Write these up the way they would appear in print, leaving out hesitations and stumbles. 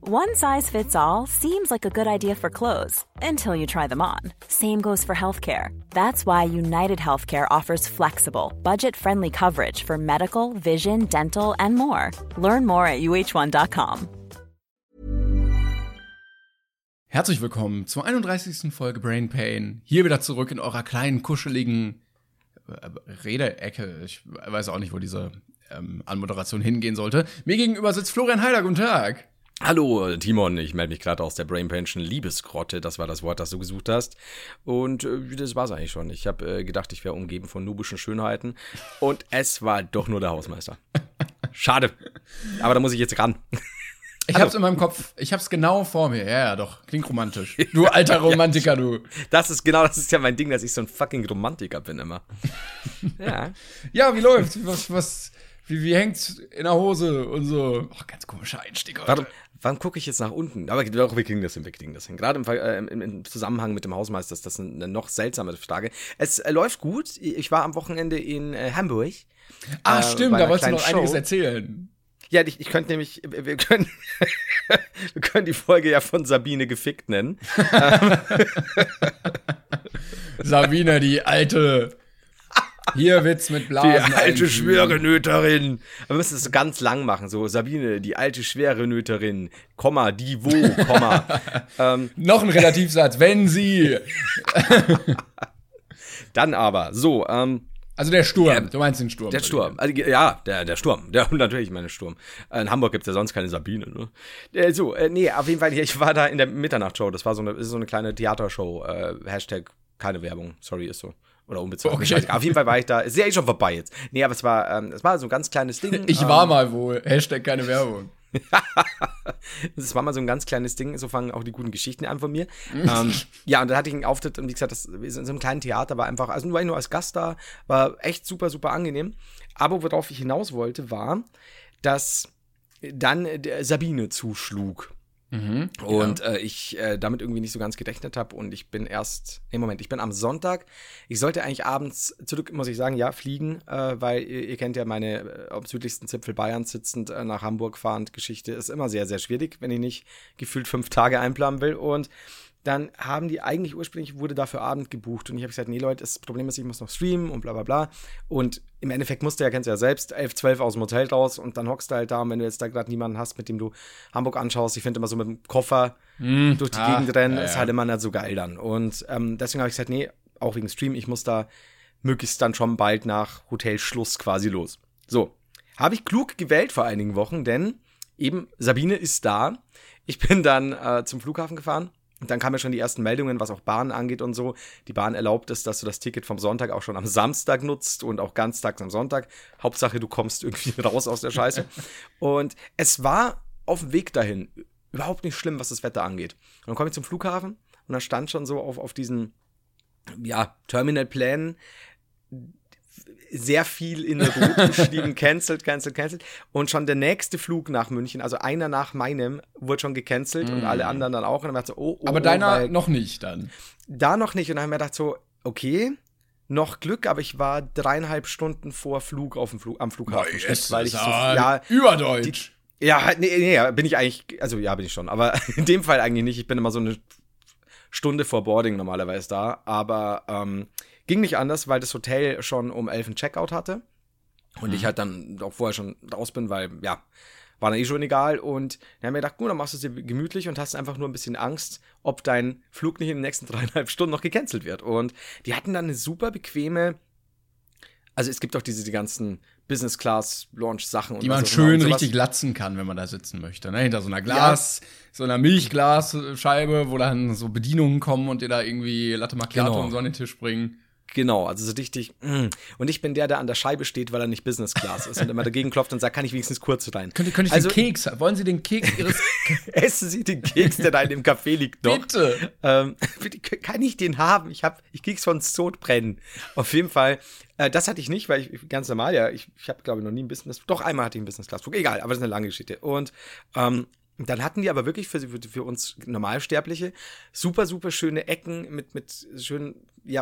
One size fits all seems like a good idea for clothes until you try them on. Same goes for healthcare. That's why United Healthcare offers flexible, budget-friendly coverage for medical, vision, dental, and more. Learn more at uh1.com. Herzlich willkommen zur 31. Folge Brain Pain. Hier wieder zurück in eurer kleinen, kuscheligen Rede-Ecke. Ich weiß auch nicht, wo diese Anmoderation hingehen sollte. Mir gegenüber sitzt Florian Heider. Guten Tag. Hallo Timon, ich melde mich gerade aus der Brain Pain'schen Liebesgrotte, das war das Wort, das du gesucht hast. Und das war's eigentlich schon. Ich habe gedacht, ich wäre umgeben von nubischen Schönheiten und es war doch nur der Hausmeister. Schade, aber da muss ich jetzt ran. Ich hab's in meinem Kopf, ich hab's genau vor mir. Ja, doch, klingt romantisch. Du alter Romantiker, du. Das ist ja mein Ding, dass ich so ein fucking Romantiker bin immer. Ja. Ja, wie läuft's? Wie hängt's in der Hose und so? Oh, ganz komischer Einstieg heute. Warum gucke ich jetzt nach unten? Aber wir kriegen das hin. Gerade im Zusammenhang mit dem Hausmeister ist das eine noch seltsame Frage. Es läuft gut. Ich war am Wochenende in Hamburg. Stimmt, da wolltest du noch einiges erzählen. Ja, ich könnte nämlich, wir können die Folge ja von Sabine gefickt nennen. Sabine, die alte... Hier Witz mit Blasen. Die alte schwere Nöterin. Wir müssen es so ganz lang machen. So, Sabine, die alte schwere Nöterin, Komma, die wo, Komma. Noch ein Relativsatz, wenn sie. Dann aber, so, also der Sturm, du meinst den Sturm. Der Sturm, also, ja, der Sturm. Natürlich meine Sturm. In Hamburg gibt's ja sonst keine Sabine, ne? Nee, auf jeden Fall, ich war da in der Mitternachtshow. Das war so eine kleine Theatershow. Hashtag keine Werbung, sorry, ist so. Oder unbezahlt. Okay. Auf jeden Fall war ich da. Ist ja schon vorbei jetzt. Nee, aber es war so ein ganz kleines Ding. Ich war mal wohl. Hashtag keine Werbung. Das war mal so ein ganz kleines Ding. So fangen auch die guten Geschichten an von mir. Ja, und da hatte ich einen Auftritt. Und wie gesagt, das in so einem kleinen Theater war einfach, also war ich nur als Gast da. War echt super, super angenehm. Aber worauf ich hinaus wollte, war, dass dann Sabine zuschlug. Und ich damit irgendwie nicht so ganz gerechnet habe und ich bin am Sonntag, ich sollte eigentlich abends zurück, muss ich sagen, ja, fliegen, weil ihr kennt ja meine am südlichsten Zipfel Bayerns sitzend nach Hamburg fahrend Geschichte, ist immer sehr, sehr schwierig, wenn ich nicht gefühlt 5 Tage einplanen will und dann haben die eigentlich ursprünglich, wurde dafür Abend gebucht und ich habe gesagt, nee Leute, das Problem ist, ich muss noch streamen und bla bla bla und im Endeffekt musst du ja, kennst du ja selbst, 11, 12 aus dem Hotel raus und dann hockst du halt da und wenn du jetzt da gerade niemanden hast, mit dem du Hamburg anschaust, ich finde immer so mit dem Koffer durch die Gegend rennen, ist halt immer nicht so geil dann und deswegen habe ich gesagt, nee, auch wegen Stream, ich muss da möglichst dann schon bald nach Hotelschluss quasi los. So, habe ich klug gewählt vor einigen Wochen, denn eben Sabine ist da, ich bin dann zum Flughafen gefahren. Und dann kamen ja schon die ersten Meldungen, was auch Bahnen angeht und so. Die Bahn erlaubt es, dass du das Ticket vom Sonntag auch schon am Samstag nutzt und auch ganztags am Sonntag. Hauptsache, du kommst irgendwie raus aus der Scheiße. Und es war auf dem Weg dahin überhaupt nicht schlimm, was das Wetter angeht. Und dann komme ich zum Flughafen und da stand schon so auf diesen, ja, Terminalplänen sehr viel in Rot geschrieben, cancelled. Und schon der nächste Flug nach München, also einer nach meinem, wurde schon gecancelt und alle anderen dann auch. Und dann dachte ich so, aber deiner noch nicht dann? Da noch nicht. Und dann habe ich mir gedacht so, okay, noch Glück, aber ich war 3,5 Stunden vor Flug am Flughafen. Weil ich so, ja, überdeutsch. Bin ich eigentlich, also ja, bin ich schon. Aber in dem Fall eigentlich nicht. Ich bin immer so eine Stunde vor Boarding normalerweise da. Aber ging nicht anders, weil das Hotel schon um 11 einen Checkout hatte. Und ich halt dann auch vorher schon raus bin, weil, ja, war dann schon egal. Und dann haben wir gedacht, gut, dann machst du es dir gemütlich und hast einfach nur ein bisschen Angst, ob dein Flug nicht in den nächsten 3,5 Stunden noch gecancelt wird. Und die hatten dann eine super bequeme, also es gibt auch die ganzen Business-Class-Launch-Sachen. Die man schön richtig latzen kann, wenn man da sitzen möchte. Ne? Hinter so einer so einer Milchglasscheibe, wo dann so Bedienungen kommen und dir da irgendwie Latte Macchiato und so an den Tisch bringen. Genau, also so richtig. Und ich bin der an der Scheibe steht, weil er nicht Business Class ist und immer dagegen klopft und sagt, kann ich wenigstens kurz rein. Könnte ich den Keks? Wollen Sie den Keks Ihres... Essen Sie den Keks, der da in dem Café liegt noch. Bitte. Kann ich den haben? Ich krieg's von Sodbrennen. Auf jeden Fall. Das hatte ich nicht, weil ich ganz normal, ja, ich habe, glaube ich, noch nie ein Business... Doch, einmal hatte ich einen Business Class Flug. Egal, aber das ist eine lange Geschichte. Und dann hatten die aber wirklich für uns Normalsterbliche super, super schöne Ecken mit schönen, ja,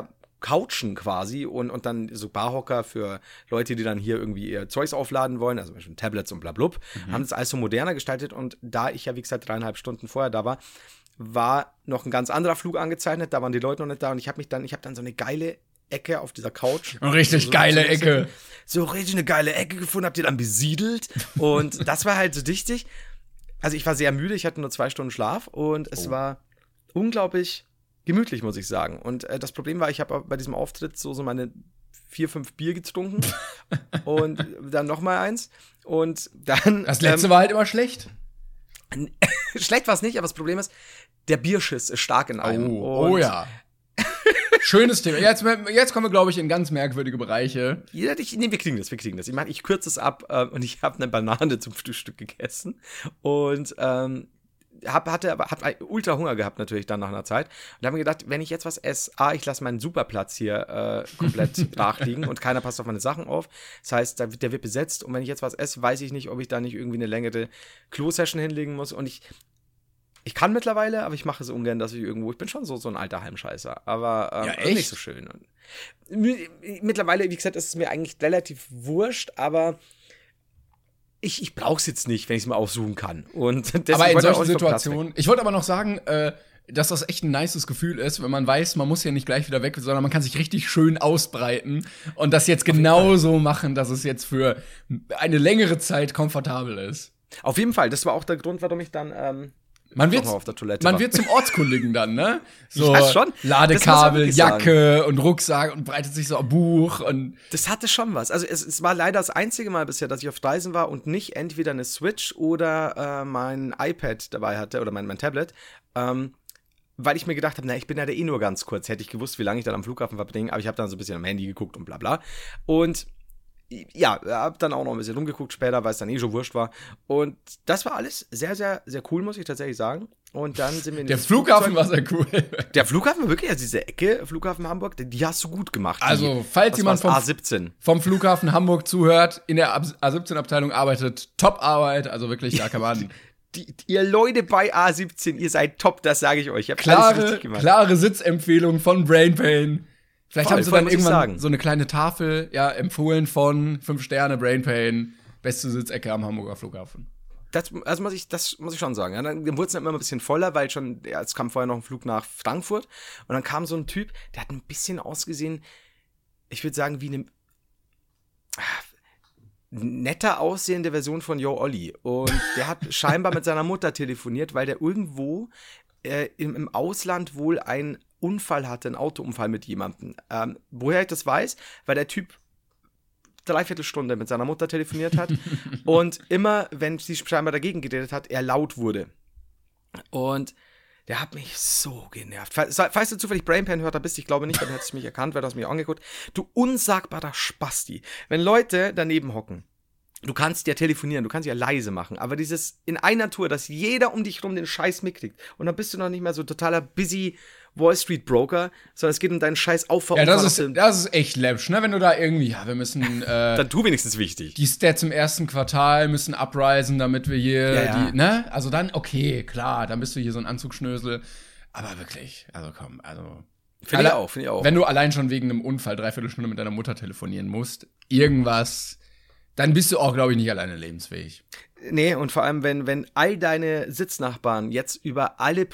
Couchen quasi und dann so Barhocker für Leute, die dann hier irgendwie ihr Zeugs aufladen wollen, also zum Beispiel Tablets und blablub, haben das alles so moderner gestaltet und da ich ja, wie gesagt, 3,5 Stunden vorher da war noch ein ganz anderer Flug angezeichnet, da waren die Leute noch nicht da und ich habe dann so eine geile Ecke auf dieser Couch. Eine richtig geile Ecke. So richtig eine geile Ecke gefunden, habt ihr dann besiedelt und das war halt so wichtig. Also ich war sehr müde, ich hatte nur 2 Stunden Schlaf und es war unglaublich gemütlich, muss ich sagen. Und das Problem war, ich habe bei diesem Auftritt so meine 4, 5 Bier getrunken und dann noch mal eins und dann... Das letzte war halt immer schlecht. Schlecht war es nicht, aber das Problem ist, der Bierschiss ist stark in einem. Oh ja. Schönes Thema. Jetzt kommen wir, glaube ich, in ganz merkwürdige Bereiche. Wir kriegen das. Ich meine, ich kürze es ab und ich habe eine Banane zum Frühstück gegessen und hatte ultra Hunger gehabt natürlich dann nach einer Zeit und habe mir gedacht, wenn ich jetzt was esse, ich lasse meinen Superplatz hier komplett brach liegen und keiner passt auf meine Sachen auf. Das heißt, der wird besetzt und wenn ich jetzt was esse, weiß ich nicht, ob ich da nicht irgendwie eine längere Klo-Session hinlegen muss und ich kann mittlerweile, aber ich mache es ungern, dass ich bin schon so ein alter Heimscheißer, aber nicht so schön. Und mittlerweile, wie gesagt, ist es mir eigentlich relativ wurscht, aber ich brauche es jetzt nicht, wenn ich es mal aussuchen kann. Und aber in solchen Situationen, ich wollte aber noch sagen, dass das echt ein nices Gefühl ist, wenn man weiß, man muss ja nicht gleich wieder weg, sondern man kann sich richtig schön ausbreiten und das jetzt genauso machen, dass es jetzt für eine längere Zeit komfortabel ist. Auf jeden Fall, das war auch der Grund, warum ich dann man wird zum Ortskundigen dann, ne? So ja, schon. Ladekabel, Jacke und Rucksack und breitet sich so ein Buch und das hatte schon was. Also es war leider das einzige Mal bisher, dass ich auf Reisen war und nicht entweder eine Switch oder mein iPad dabei hatte oder mein Tablet, weil ich mir gedacht habe, ich bin ja nur ganz kurz. Hätte ich gewusst, wie lange ich dann am Flughafen verbringe, aber ich habe dann so ein bisschen am Handy geguckt und bla bla. Und ja, hab dann auch noch ein bisschen rumgeguckt später, weil es dann schon wurscht war. Und das war alles sehr, sehr, sehr cool, muss ich tatsächlich sagen. Und dann sind wir in der Flughafen war sehr cool. Der Flughafen, wirklich, also diese Ecke, Flughafen Hamburg, die hast du gut gemacht. Also, falls jemand vom Flughafen Hamburg zuhört, in der A17-Abteilung arbeitet, Top-Arbeit, also wirklich, da kann man... Ihr Leute bei A17, ihr seid top, das sage ich euch. Ich hab alles richtig gemacht. Klare Sitzempfehlung von BrainPain. Vielleicht haben sie dann irgendwann so eine kleine Tafel, empfohlen von 5 Sterne, BrainPain, beste Sitzecke am Hamburger Flughafen. Das muss ich schon sagen. Ja. Dann wurde es immer ein bisschen voller, weil es kam vorher noch ein Flug nach Frankfurt und dann kam so ein Typ, der hat ein bisschen ausgesehen, ich würde sagen, wie eine netter aussehende Version von Yo Olli. Und der hat scheinbar mit seiner Mutter telefoniert, weil der irgendwo im Ausland wohl einen Unfall hatte, einen Autounfall mit jemandem. Woher ich das weiß? Weil der Typ 3/4 Stunde mit seiner Mutter telefoniert hat und immer, wenn sie scheinbar dagegen geredet hat, er laut wurde. Und der hat mich so genervt. Falls du zufällig BrainPain hört, da bist, ich glaube nicht, dann hättest du mich erkannt, weil du hast mich angeguckt. Du unsagbarer Spasti. Wenn Leute daneben hocken, du kannst ja telefonieren, du kannst ja leise machen, aber dieses in einer Tour, dass jeder um dich rum den Scheiß mitkriegt und dann bist du noch nicht mehr so totaler busy Wall Street Broker, sondern es geht um deinen Scheiß Aufbau. Ja, das ist echt läppsch, ne? Wenn du da irgendwie, wir müssen dann tu wenigstens wichtig. Die Stats im ersten Quartal müssen uprisen, damit wir hier ne? Also dann, okay, klar, dann bist du hier so ein Anzugschnösel, aber wirklich, also komm, also Finde ich auch. Wenn du allein schon wegen einem Unfall 3/4 Stunde mit deiner Mutter telefonieren musst, irgendwas, dann bist du auch, glaube ich, nicht alleine lebensfähig. Nee, und vor allem, wenn all deine Sitznachbarn jetzt über alle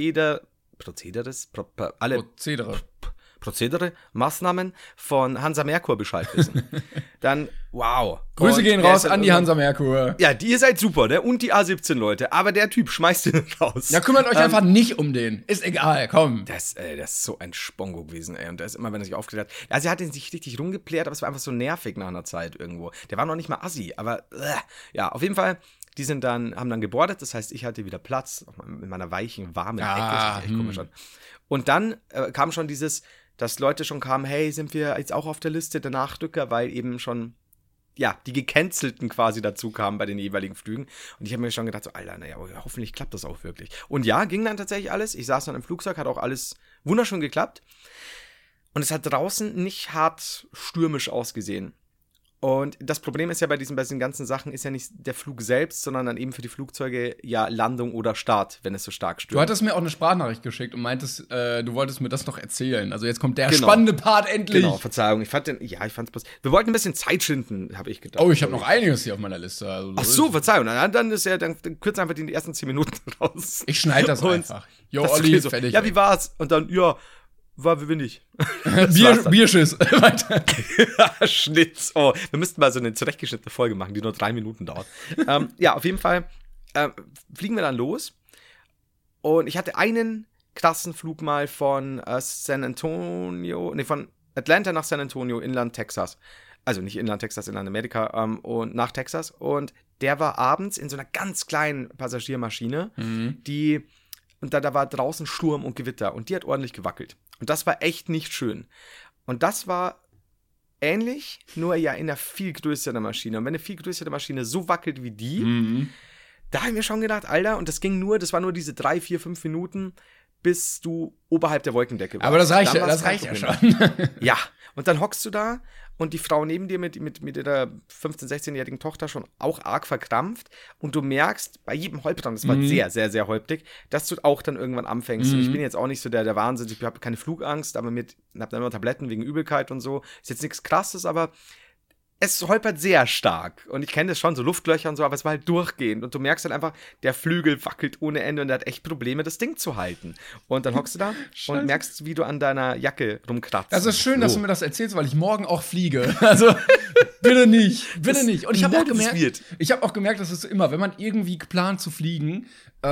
Maßnahmen von Hansa Merkur Bescheid wissen. Dann, wow. Grüße gehen raus an die Hansa Merkur. Ja, ihr seid super, ne? Und die A17 Leute. Aber der Typ schmeißt den raus. Ja, kümmert euch einfach nicht um den. Ist egal, komm. Das ist so ein Spongo gewesen, ey. Und der ist immer, wenn er sich aufgeklärt hat. Also, er hat ihn sich richtig rumgeplärt, aber es war einfach so nervig nach einer Zeit irgendwo. Der war noch nicht mal assi, aber, ja, auf jeden Fall. Die haben dann gebordet, das heißt, ich hatte wieder Platz in meiner weichen, warmen Ecke. Das echt komisch an. Und dann kam schon dass Leute schon kamen, hey, sind wir jetzt auch auf der Liste der Nachrücker, weil eben schon, die Gecancelten quasi dazu kamen bei den jeweiligen Flügen. Und ich habe mir schon gedacht, so, Alter, hoffentlich klappt das auch wirklich. Und ja, ging dann tatsächlich alles. Ich saß dann im Flugzeug, hat auch alles wunderschön geklappt. Und es hat draußen nicht hart stürmisch ausgesehen. Und das Problem ist ja bei diesen ganzen Sachen ist ja nicht der Flug selbst, sondern dann eben für die Flugzeuge ja Landung oder Start, wenn es so stark stürmt. Du hattest mir auch eine Sprachnachricht geschickt und meintest, du wolltest mir das noch erzählen. Also jetzt kommt der spannende Part endlich. Genau, Verzeihung. Ich fand's bloß. Wir wollten ein bisschen Zeit schinden, habe ich gedacht. Oh, ich habe noch einiges hier auf meiner Liste. Also, ach so, Verzeihung. Dann kürzen einfach die ersten 10 Minuten raus. Ich schneide das einfach. Jo, das Olli, so. fertig. Ja, wie war's? Und dann, ja, war wie wenig. Bierschiss. Weiter. Schnitz. Oh, wir müssten mal so eine zurechtgeschnittene Folge machen, die nur 3 Minuten dauert. Ja, auf jeden Fall fliegen wir dann los. Und ich hatte einen krassen Flug mal von von Atlanta nach San Antonio, Inland Texas. Also nicht Inland Texas, Inland Amerika und nach Texas. Und der war abends in so einer ganz kleinen Passagiermaschine, und da war draußen Sturm und Gewitter und die hat ordentlich gewackelt. Und das war echt nicht schön. Und das war ähnlich, nur ja in einer viel größeren Maschine. Und wenn eine viel größere Maschine so wackelt wie die, da habe ich mir schon gedacht, Alter, und das war nur diese 3, 4, 5 Minuten, bis du oberhalb der Wolkendecke warst. Aber das reicht ja schon. Ja, und dann hockst du da und die Frau neben dir mit ihrer 15-, 16-jährigen Tochter schon auch arg verkrampft und du merkst bei jedem Holpern, das war sehr, sehr, sehr holprig, dass du auch dann irgendwann anfängst. Und ich bin jetzt auch nicht so der Wahnsinn, ich habe keine Flugangst, aber habe dann immer Tabletten wegen Übelkeit und so. Ist jetzt nichts Krasses, aber es holpert sehr stark. Und ich kenne das schon, so Luftlöcher und so, aber es war halt durchgehend. Und du merkst dann einfach, der Flügel wackelt ohne Ende und er hat echt Probleme, das Ding zu halten. Und dann hockst du da und merkst, wie du an deiner Jacke rumkratzt. Das ist schön, dass du mir das erzählst, weil ich morgen auch fliege. Also, bitte nicht. Und ich habe auch gemerkt, dass es immer, wenn man irgendwie plant zu fliegen,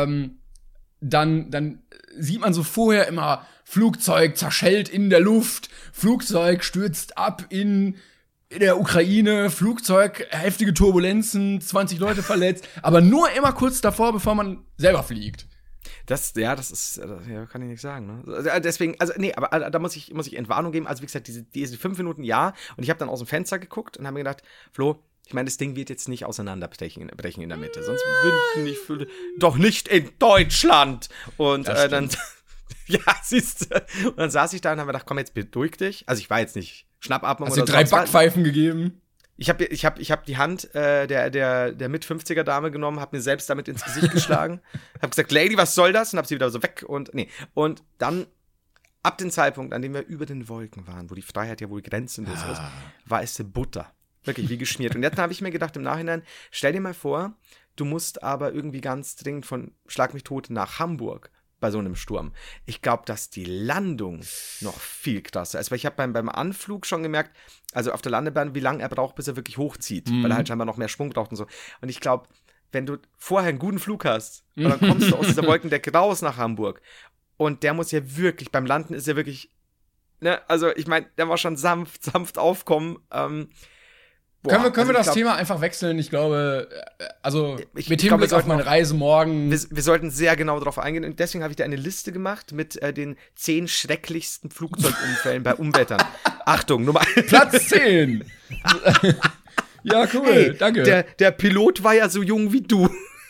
dann sieht man so vorher immer, Flugzeug zerschellt in der Luft, Flugzeug stürzt ab in der Ukraine, Flugzeug, heftige Turbulenzen, 20 Leute verletzt, aber nur immer kurz davor, bevor man selber fliegt. Das ist, kann ich nicht sagen, ne? Deswegen, aber da muss ich Entwarnung geben. Also wie gesagt, diese 5 Minuten und ich habe dann aus dem Fenster geguckt und habe mir gedacht, Flo, ich meine, das Ding wird jetzt nicht auseinanderbrechen in der Mitte, sonst würden nicht, doch nicht in Deutschland. Und dann, ja, siehst du, und dann saß ich da und habe mir gedacht, komm, jetzt beruhig dich. Also ich war jetzt nicht Schnappatmung oder so. Hast du 3 Backpfeifen gegeben? Ich hab die Hand der Mit-50er-Dame genommen, hab mir selbst damit ins Gesicht geschlagen, hab gesagt, Lady, was soll das? Und hab sie wieder so weg und dann ab dem Zeitpunkt, an dem wir über den Wolken waren, wo die Freiheit ja wohl grenzenlos ist, war es Butter. Wirklich, wie geschmiert. Und jetzt habe ich mir gedacht im Nachhinein, stell dir mal vor, du musst aber irgendwie ganz dringend von Schlag mich tot nach Hamburg bei so einem Sturm. Ich glaube, dass die Landung noch viel krasser ist, weil ich habe beim Anflug schon gemerkt, also auf der Landebahn, wie lange er braucht, bis er wirklich hochzieht, weil er halt scheinbar noch mehr Schwung braucht und so. Und ich glaube, wenn du vorher einen guten Flug hast und dann kommst du aus dieser Wolkendecke raus nach Hamburg und der muss ja wirklich, beim Landen ist er wirklich, ne, also ich meine, der muss schon sanft aufkommen, Können wir das Thema einfach wechseln? Ich glaube, mit Hinblick auf meine Reise morgen. Wir sollten sehr genau darauf eingehen. Und deswegen habe ich da eine Liste gemacht mit den 10 schrecklichsten Flugzeugunfällen bei Unwettern. Achtung, Nummer 1. Platz 10. Ja, cool, hey, danke. Der Pilot war ja so jung wie du.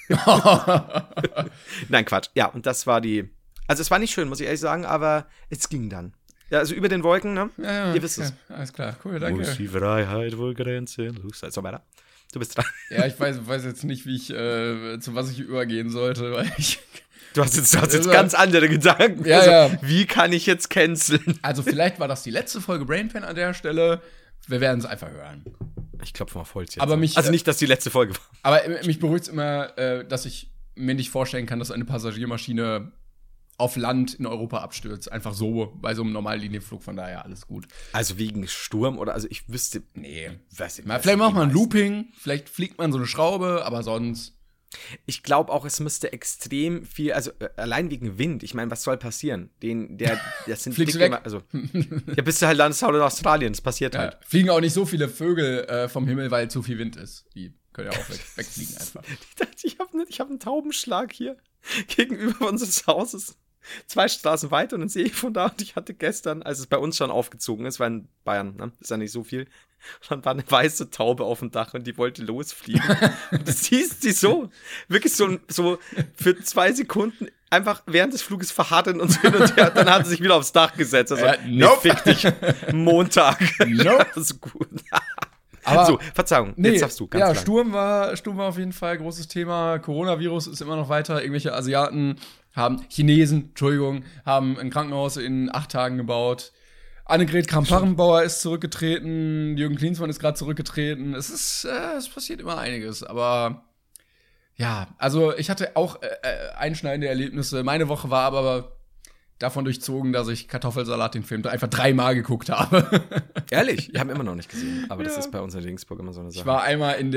Nein, Quatsch. Ja, und das war also es war nicht schön, muss ich ehrlich sagen, aber es ging dann. Ja, also über den Wolken, ne? Ja, ihr wisst es. Alles klar, cool, danke. Muss die Freiheit wohl grenzenlos sein. So weiter. Du bist dran. Ja, ich weiß jetzt nicht, wie zu was ich übergehen sollte, weil Du hast jetzt ganz andere Gedanken. Ja, also, wie kann ich jetzt canceln? Also vielleicht war das die letzte Folge Brainpan an der Stelle. Wir werden es einfach hören. Ich klopfe mal voll jetzt. Aber also nicht, dass die letzte Folge war. Aber mich beruhigt es immer, dass ich mir nicht vorstellen kann, dass eine Passagiermaschine auf Land in Europa abstürzt. Einfach so, bei so einem normalen Linienflug, von daher alles gut. Also wegen Sturm oder, also ich wüsste, vielleicht macht man ein Looping, vielleicht fliegt man so eine Schraube, aber sonst. Ich glaube auch, es müsste extrem viel, also allein wegen Wind, ich meine, was soll passieren? Das sind Fliegst du weg? Also, ja, bist du halt Landeshaut in Australien, das passiert halt. Fliegen auch nicht so viele Vögel vom Himmel, weil zu viel Wind ist. Die können ja auch wegfliegen einfach. Ich dachte, ich hab einen Taubenschlag hier gegenüber unseres Hauses. 2 Straßen weiter und dann sehe ich von da und ich hatte gestern, als es bei uns schon aufgezogen ist, war in Bayern, ne, ist ja nicht so viel, dann war eine weiße Taube auf dem Dach und die wollte losfliegen. Und du siehst sie so, wirklich so für 2 Sekunden einfach während des Fluges verharren und so hin und her, dann hat sie sich wieder aufs Dach gesetzt. Also, nope. Fick dich, Montag. Nope. Das ist gut. Aber, so, Verzeihung, jetzt darfst du ganz lang. Sturm war auf jeden Fall ein großes Thema. Coronavirus ist immer noch weiter. Irgendwelche Chinesen, haben ein Krankenhaus in 8 Tagen gebaut. Annegret Kramp-Karrenbauer ist zurückgetreten. Jürgen Klinsmann ist gerade zurückgetreten. Es passiert immer einiges. Aber ja, also ich hatte auch einschneidende Erlebnisse. Meine Woche war aber davon durchzogen, dass ich Kartoffelsalat, den Film, einfach 3-mal geguckt habe. Ehrlich? Wir haben immer noch nicht gesehen. Aber das ist bei uns in Regensburg immer so eine Sache. Ich war einmal in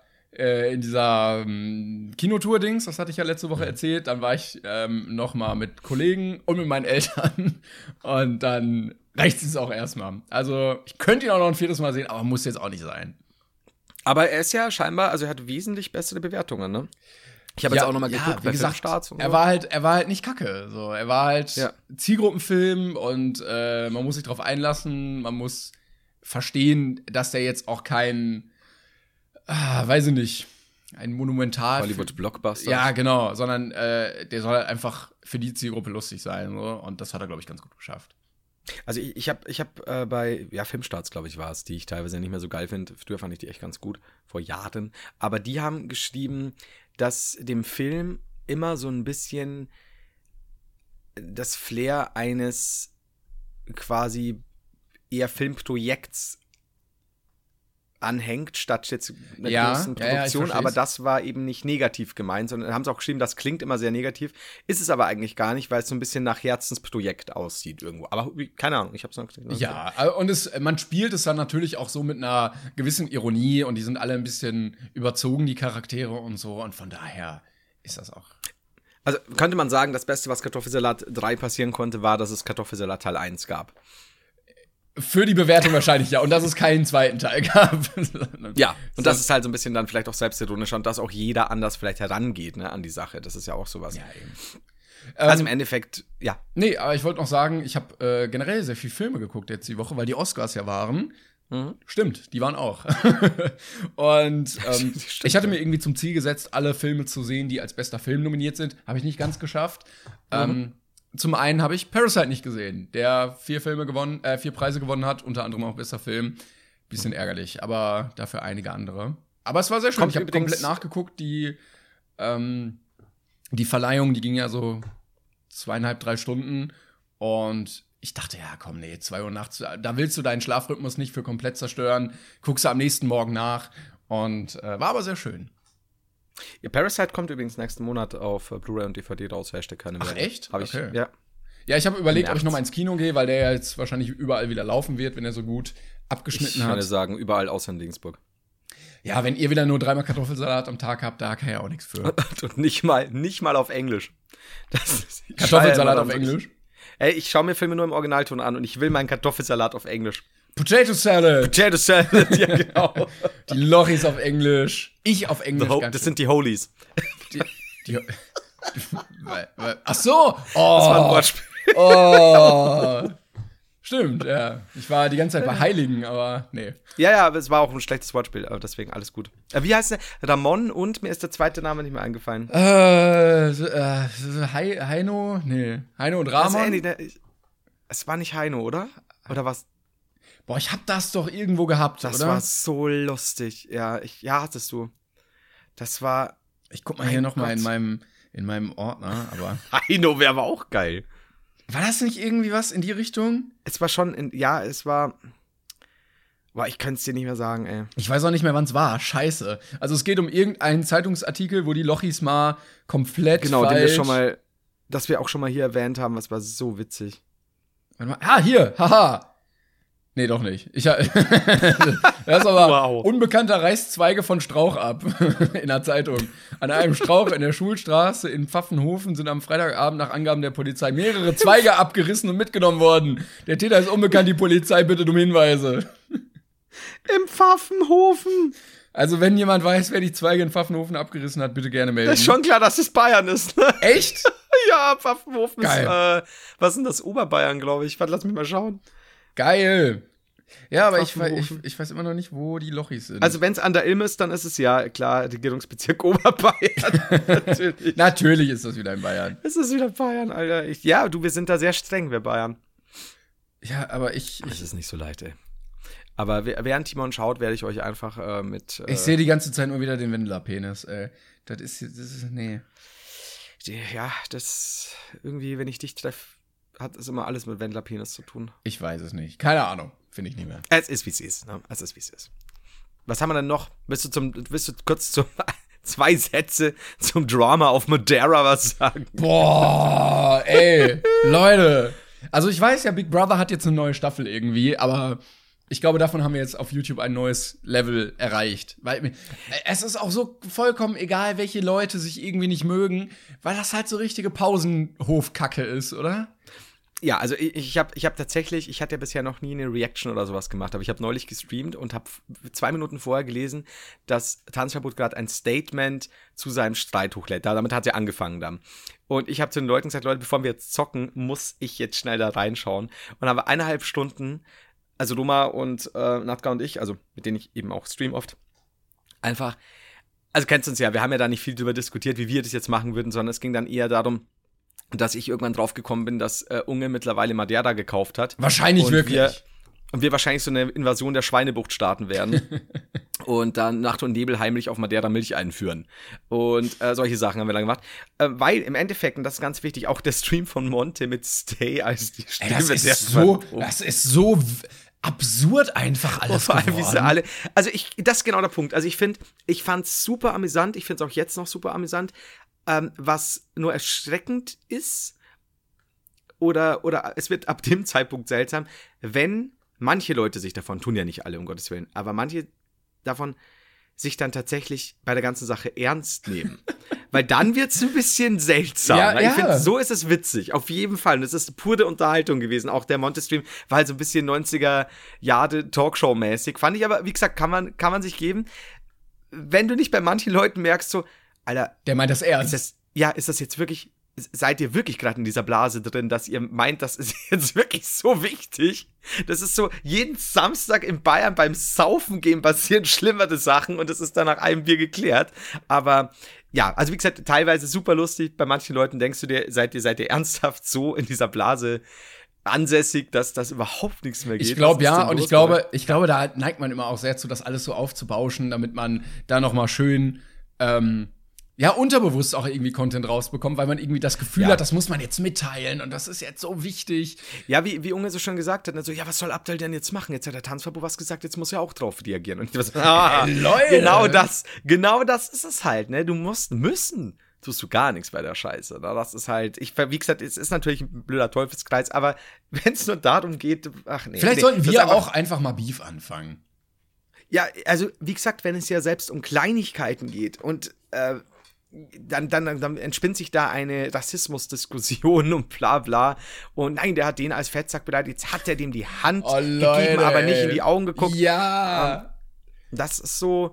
dieser Kinotour-Dings, das hatte ich ja letzte Woche erzählt. Dann war ich noch mal mit Kollegen und mit meinen Eltern. Und dann reicht es auch erstmal. Also, ich könnte ihn auch noch ein 4. Mal sehen, aber muss jetzt auch nicht sein. Aber er ist ja scheinbar, also er hat wesentlich bessere Bewertungen, ne? Ich habe jetzt auch noch mal geguckt, wie gesagt, er war halt nicht kacke. So, er war halt Zielgruppenfilm und man muss sich drauf einlassen, man muss verstehen, dass der jetzt auch kein, weiß ich nicht, ein Monumental Hollywood-Blockbuster. Ja, genau, sondern der soll halt einfach für die Zielgruppe lustig sein, so, und das hat er, glaube ich, ganz gut geschafft. Also ich hab bei Filmstarts, glaube ich, war es, die ich teilweise nicht mehr so geil finde. Früher fand ich die echt ganz gut, vor Jahren. Aber die haben geschrieben, dass dem Film immer so ein bisschen das Flair eines quasi eher Filmprojekts anhängt, statt jetzt einer großen Produktion, aber das war eben nicht negativ gemeint, sondern haben sie auch geschrieben, das klingt immer sehr negativ, ist es aber eigentlich gar nicht, weil es so ein bisschen nach Herzensprojekt aussieht irgendwo. Aber keine Ahnung, ich habe es noch gesehen. Ja, und man spielt es dann natürlich auch so mit einer gewissen Ironie und die sind alle ein bisschen überzogen, die Charaktere und so, und von daher ist das auch. Also könnte man sagen, das Beste, was Kartoffelsalat 3 passieren konnte, war, dass es Kartoffelsalat Teil 1 gab. Für die Bewertung wahrscheinlich, ja. Und dass es keinen zweiten Teil gab. Ja, und das ist halt so ein bisschen dann vielleicht auch selbstironisch und dass auch jeder anders vielleicht herangeht, ne, an die Sache. Das ist ja auch sowas. Ja, eben. Also im Endeffekt, ja. Nee, aber ich wollte noch sagen, ich habe generell sehr viel Filme geguckt jetzt die Woche, weil die Oscars ja waren. Mhm. Stimmt, die waren auch. Und ich hatte mir irgendwie zum Ziel gesetzt, alle Filme zu sehen, die als bester Film nominiert sind. Habe ich nicht ganz geschafft. Zum einen habe ich Parasite nicht gesehen, der 4 Preise gewonnen hat, unter anderem auch bester Film. Bisschen ärgerlich, aber dafür einige andere. Aber es war sehr schön. Ich habe komplett nachgeguckt. Die Verleihung, die ging ja so 2,5, 3 Stunden. Und ich dachte, ja, komm, nee, 2 Uhr nachts, da willst du deinen Schlafrhythmus nicht für komplett zerstören. Guckst du am nächsten Morgen nach. Und war aber sehr schön. Ja, Parasite kommt übrigens nächsten Monat auf Blu-ray und DVD raus, wer steckt keine mehr. Ach, echt? Hab ich, okay. Ja. Ja, ich habe überlegt, ob ich noch mal ins Kino gehe, weil der ja jetzt wahrscheinlich überall wieder laufen wird, wenn er so gut abgeschnitten hat. Ich würde sagen, überall außer in Regensburg. Ja, wenn ihr wieder nur 3-mal Kartoffelsalat am Tag habt, da kann ja auch nichts für. Und nicht mal auf Englisch. Kartoffelsalat auf Englisch? Ey, ich schaue mir Filme nur im Originalton an und ich will meinen Kartoffelsalat auf Englisch. Potato Salad. Potato Salad, ja genau. Die Lochis auf Englisch. Ich auf Englisch. Das sind die Holies. Ach so. Das war ein Wortspiel. Oh. Stimmt, ja. Ich war die ganze Zeit bei Heiligen, aber nee. Ja, aber es war auch ein schlechtes Wortspiel, aber deswegen alles gut. Wie heißt der? Ramon und mir ist der zweite Name nicht mehr eingefallen. Heino? Nee. Heino und Ramon? Es war nicht Heino, oder? Oder was? Boah, ich hab das doch irgendwo gehabt, das oder? Das war so lustig. Ja, hattest du. Das war. Ich guck mal hier nochmal in meinem Ordner, aber. Heino wäre aber auch geil. War das nicht irgendwie was in die Richtung? Es war schon es war. Boah, ich kann es dir nicht mehr sagen, ey. Ich weiß auch nicht mehr, wann es war. Scheiße. Also es geht um irgendeinen Zeitungsartikel, wo die Lochis mal komplett falsch. Das wir auch schon mal hier erwähnt haben, das war so witzig. Hier, haha. Nee, doch nicht. Das ist aber Unbekannter reißt Zweige von Strauch ab in der Zeitung. An einem Strauch in der Schulstraße in Pfaffenhofen sind am Freitagabend nach Angaben der Polizei mehrere Zweige abgerissen und mitgenommen worden. Der Täter ist unbekannt, die Polizei bittet um Hinweise. Im Pfaffenhofen. Also wenn jemand weiß, wer die Zweige in Pfaffenhofen abgerissen hat, bitte gerne melden. Das ist schon klar, dass es Bayern ist. Ne? Echt? Ja, Pfaffenhofen geil. Ist, was ist denn das? Oberbayern, glaube ich. Warte, lass mich mal schauen. Geil. Ja, aber ich weiß immer noch nicht, wo die Lochis sind. Also wenn es an der Ilm ist, dann ist es ja, klar, Regierungsbezirk Oberbayern. Natürlich. Natürlich ist das wieder in Bayern. Ist das wieder Bayern, Alter. Wir sind da sehr streng, wir Bayern. Ja, aber Das ist nicht so leicht, ey. Aber während Timon schaut, werde ich euch einfach mit. Ich sehe die ganze Zeit nur wieder den Wendler-Penis, ey. Das ist, nee. Ja, das irgendwie, wenn ich dich treffe, hat es immer alles mit Wendler-Penis zu tun. Ich weiß es nicht. Keine Ahnung. Finde ich nicht mehr. Es ist, wie es ist. Ne? Es ist, wie es ist. Was haben wir denn noch? Willst du kurz zum 2 Sätze zum Drama auf Madeira was sagen? Boah, ey, Leute. Also ich weiß ja, Big Brother hat jetzt eine neue Staffel irgendwie, aber ich glaube, davon haben wir jetzt auf YouTube ein neues Level erreicht. Weil es ist auch so vollkommen egal, welche Leute sich irgendwie nicht mögen, weil das halt so richtige Pausenhofkacke ist, oder? Ja, also ich hatte ja bisher noch nie eine Reaction oder sowas gemacht, aber ich habe neulich gestreamt und habe 2 Minuten vorher gelesen, dass Tanzverbot gerade ein Statement zu seinem Streit hochlädt. Damit hat er angefangen dann. Und ich habe zu den Leuten gesagt, Leute, bevor wir jetzt zocken, muss ich jetzt schnell da reinschauen. Und habe 1,5 Stunden, also Roma und Natka und ich, also mit denen ich eben auch stream oft, einfach, also kennst du uns ja, wir haben ja da nicht viel drüber diskutiert, wie wir das jetzt machen würden, sondern es ging dann eher darum, dass ich irgendwann drauf gekommen bin, dass Unge mittlerweile Madeira gekauft hat. Wahrscheinlich und wirklich. Wir wahrscheinlich so eine Invasion der Schweinebucht starten werden. Und dann Nacht und Nebel heimlich auf Madeira Milch einführen. Und solche Sachen haben wir dann gemacht. Weil im Endeffekt, und das ist ganz wichtig, auch der Stream von Monte mit Stay als die Stimme. Das ist so absurd einfach alles vor allem, geworden. wie sie alle. Also das ist genau der Punkt. Also ich fand's super amüsant. Ich find's auch jetzt noch super amüsant. Was nur erschreckend ist, oder es wird ab dem Zeitpunkt seltsam, wenn manche Leute sich davon, tun ja nicht alle, um Gottes Willen, aber manche davon sich dann tatsächlich bei der ganzen Sache ernst nehmen. Weil dann wird's ein bisschen seltsam. Ja, Ich finde, so ist es witzig, auf jeden Fall. Und es ist pure Unterhaltung gewesen. Auch der Monte-Stream war halt so ein bisschen 90er-Jahre Talkshow-mäßig. Fand ich aber, wie gesagt, kann man sich geben. Wenn du nicht bei manchen Leuten merkst, so, Alter, der meint das ernst. Ist das jetzt wirklich, seid ihr wirklich gerade in dieser Blase drin, dass ihr meint, das ist jetzt wirklich so wichtig? Das ist so, jeden Samstag in Bayern beim Saufen gehen passieren schlimmere Sachen und es ist dann nach einem Bier geklärt. Aber ja, also wie gesagt, teilweise super lustig. Bei manchen Leuten denkst du dir, seid ihr ernsthaft so in dieser Blase ansässig, dass das überhaupt nichts mehr geht? Ich glaube, ja, und ich glaube, da neigt man immer auch sehr zu, das alles so aufzubauschen, damit man da noch mal schön unterbewusst auch irgendwie Content rausbekommt, weil man irgendwie das Gefühl hat, das muss man jetzt mitteilen und das ist jetzt so wichtig. Ja, wie Unge so schon gesagt hat, also, ja, was soll Abdel denn jetzt machen? Jetzt hat der Tanzverbot was gesagt, jetzt muss er auch drauf reagieren. Und ich so, Leute! Genau das ist es halt, ne? Tust du gar nichts bei der Scheiße. Ne? Das ist halt, wie gesagt, es ist natürlich ein blöder Teufelskreis, aber wenn es nur darum geht, Vielleicht sollten wir auch einfach mal Beef anfangen. Ja, also, wie gesagt, wenn es ja selbst um Kleinigkeiten geht und dann entspinnt sich da eine Rassismusdiskussion und bla bla. Und nein, der hat den als Fettsack beleidigt. Jetzt hat er dem die Hand gegeben, aber nicht in die Augen geguckt. Ja. Das ist so.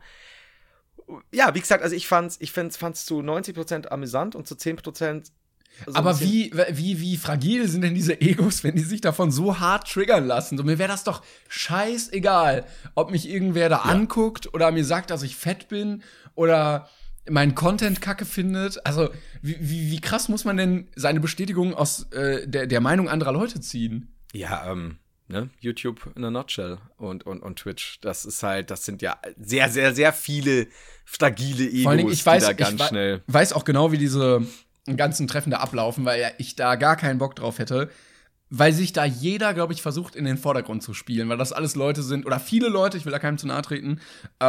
Ja, wie gesagt, also ich fand's zu 90% amüsant und zu 10%. Aber wie fragil sind denn diese Egos, wenn die sich davon so hart triggern lassen? So, mir wäre das doch scheißegal, ob mich irgendwer da anguckt oder mir sagt, dass ich fett bin oder meinen Content kacke findet. Also, wie krass muss man denn seine Bestätigung aus der Meinung anderer Leute ziehen? Ja, ne? YouTube in a nutshell und Twitch. Das sind ja sehr, sehr, sehr viele fragile Egos, vor allen Dingen, ich schnell. weiß auch genau, wie diese ganzen Treffen da ablaufen, weil ja ich da gar keinen Bock drauf hätte. Weil sich da jeder, glaube ich, versucht, in den Vordergrund zu spielen. Weil das alles Leute sind, oder viele Leute, ich will da keinem zu nahe treten,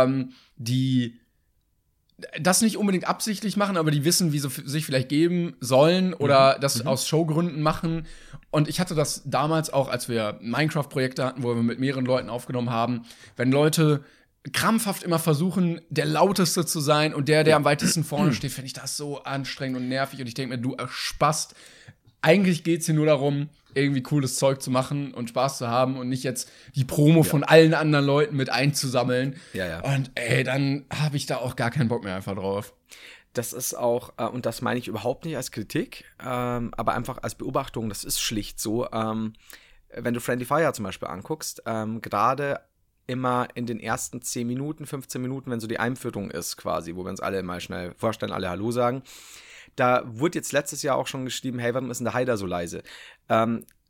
die das nicht unbedingt absichtlich machen, aber die wissen, wie sie sich vielleicht geben sollen oder das aus Showgründen machen. Und ich hatte das damals auch, als wir Minecraft-Projekte hatten, wo wir mit mehreren Leuten aufgenommen haben, wenn Leute krampfhaft immer versuchen, der Lauteste zu sein und der am weitesten vorne steht, finde ich das so anstrengend und nervig. Und ich denke mir, du Spast, eigentlich geht's hier nur darum, irgendwie cooles Zeug zu machen und Spaß zu haben und nicht jetzt die Promo von allen anderen Leuten mit einzusammeln. Ja. Und dann habe ich da auch gar keinen Bock mehr einfach drauf. Das ist auch, und das meine ich überhaupt nicht als Kritik, aber einfach als Beobachtung, das ist schlicht so, wenn du Friendly Fire zum Beispiel anguckst, gerade immer in den ersten 10 Minuten, 15 Minuten, wenn so die Einführung ist quasi, wo wir uns alle mal schnell vorstellen, alle Hallo sagen, da wurde jetzt letztes Jahr auch schon geschrieben, hey, warum ist denn der Haider so leise?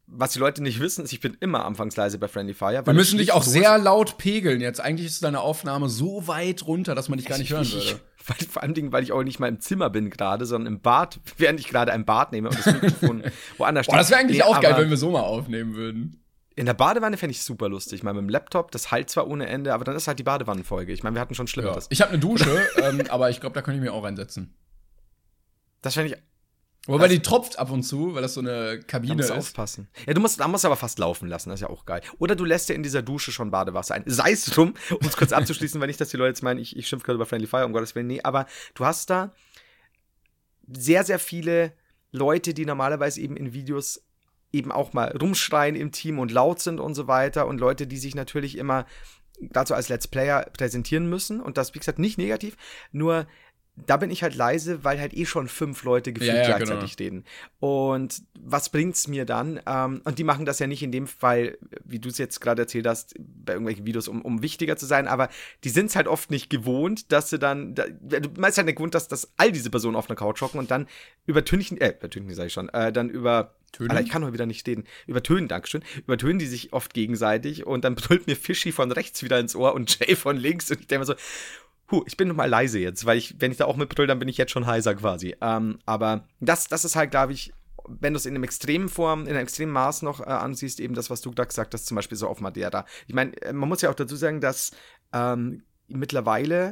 was die Leute nicht wissen, ist, ich bin immer anfangs leise bei Friendly Fire. Wir müssen dich auch sehr laut pegeln jetzt. Eigentlich ist deine Aufnahme so weit runter, dass man dich gar nicht hören würde. Vor allem, weil ich auch nicht mal im Zimmer bin gerade, sondern im Bad, während ich gerade ein Bad nehme und das Mikrofon woanders steht. Boah, das wäre eigentlich auch geil, wenn wir so mal aufnehmen würden. In der Badewanne fände ich super lustig. Ich meine, mit dem Laptop, das halt zwar ohne Ende, aber dann ist halt die Badewannenfolge. Ich meine, wir hatten schon Schlimmeres. Ja. Ich habe eine Dusche, aber ich glaube, da könnte ich mir auch reinsetzen. Das fände ich. Wobei die tropft ab und zu, weil das so eine Kabine ist. Da musst du aufpassen. Ja, da musst du aber fast laufen lassen, das ist ja auch geil. Oder du lässt dir in dieser Dusche schon Badewasser ein. Sei es drum, um es kurz abzuschließen, weil nicht, dass die Leute jetzt meinen, ich schimpfe gerade über Friendly Fire, um Gottes Willen. Nee, aber du hast da sehr, sehr viele Leute, die normalerweise eben in Videos eben auch mal rumschreien im Team und laut sind und so weiter. Und Leute, die sich natürlich immer dazu als Let's Player präsentieren müssen. Und das, wie gesagt, nicht negativ, nur da bin ich halt leise, weil halt schon 5 Leute gefühlt gleichzeitig reden. Und was bringt's mir dann? Und die machen das ja nicht in dem Fall, wie du es jetzt gerade erzählt hast, bei irgendwelchen Videos, um wichtiger zu sein, aber die sind es halt oft nicht gewohnt, dass sie dann, du meinst halt nicht gewohnt, dass all diese Personen auf einer Couch hocken und dann übertönen sag ich schon, dann Alter, ich kann heute wieder nicht reden. Übertönen die sich oft gegenseitig und dann brüllt mir Fischi von rechts wieder ins Ohr und Jay von links und ich denke mir so, ich bin noch mal leise jetzt, weil wenn ich da auch mitbrüll, dann bin ich jetzt schon heiser quasi. Aber das ist halt, glaube ich, wenn du es in einem extremen Maß noch ansiehst, eben das, was du da gesagt hast, zum Beispiel so auf Madeira. Ich meine, man muss ja auch dazu sagen, dass mittlerweile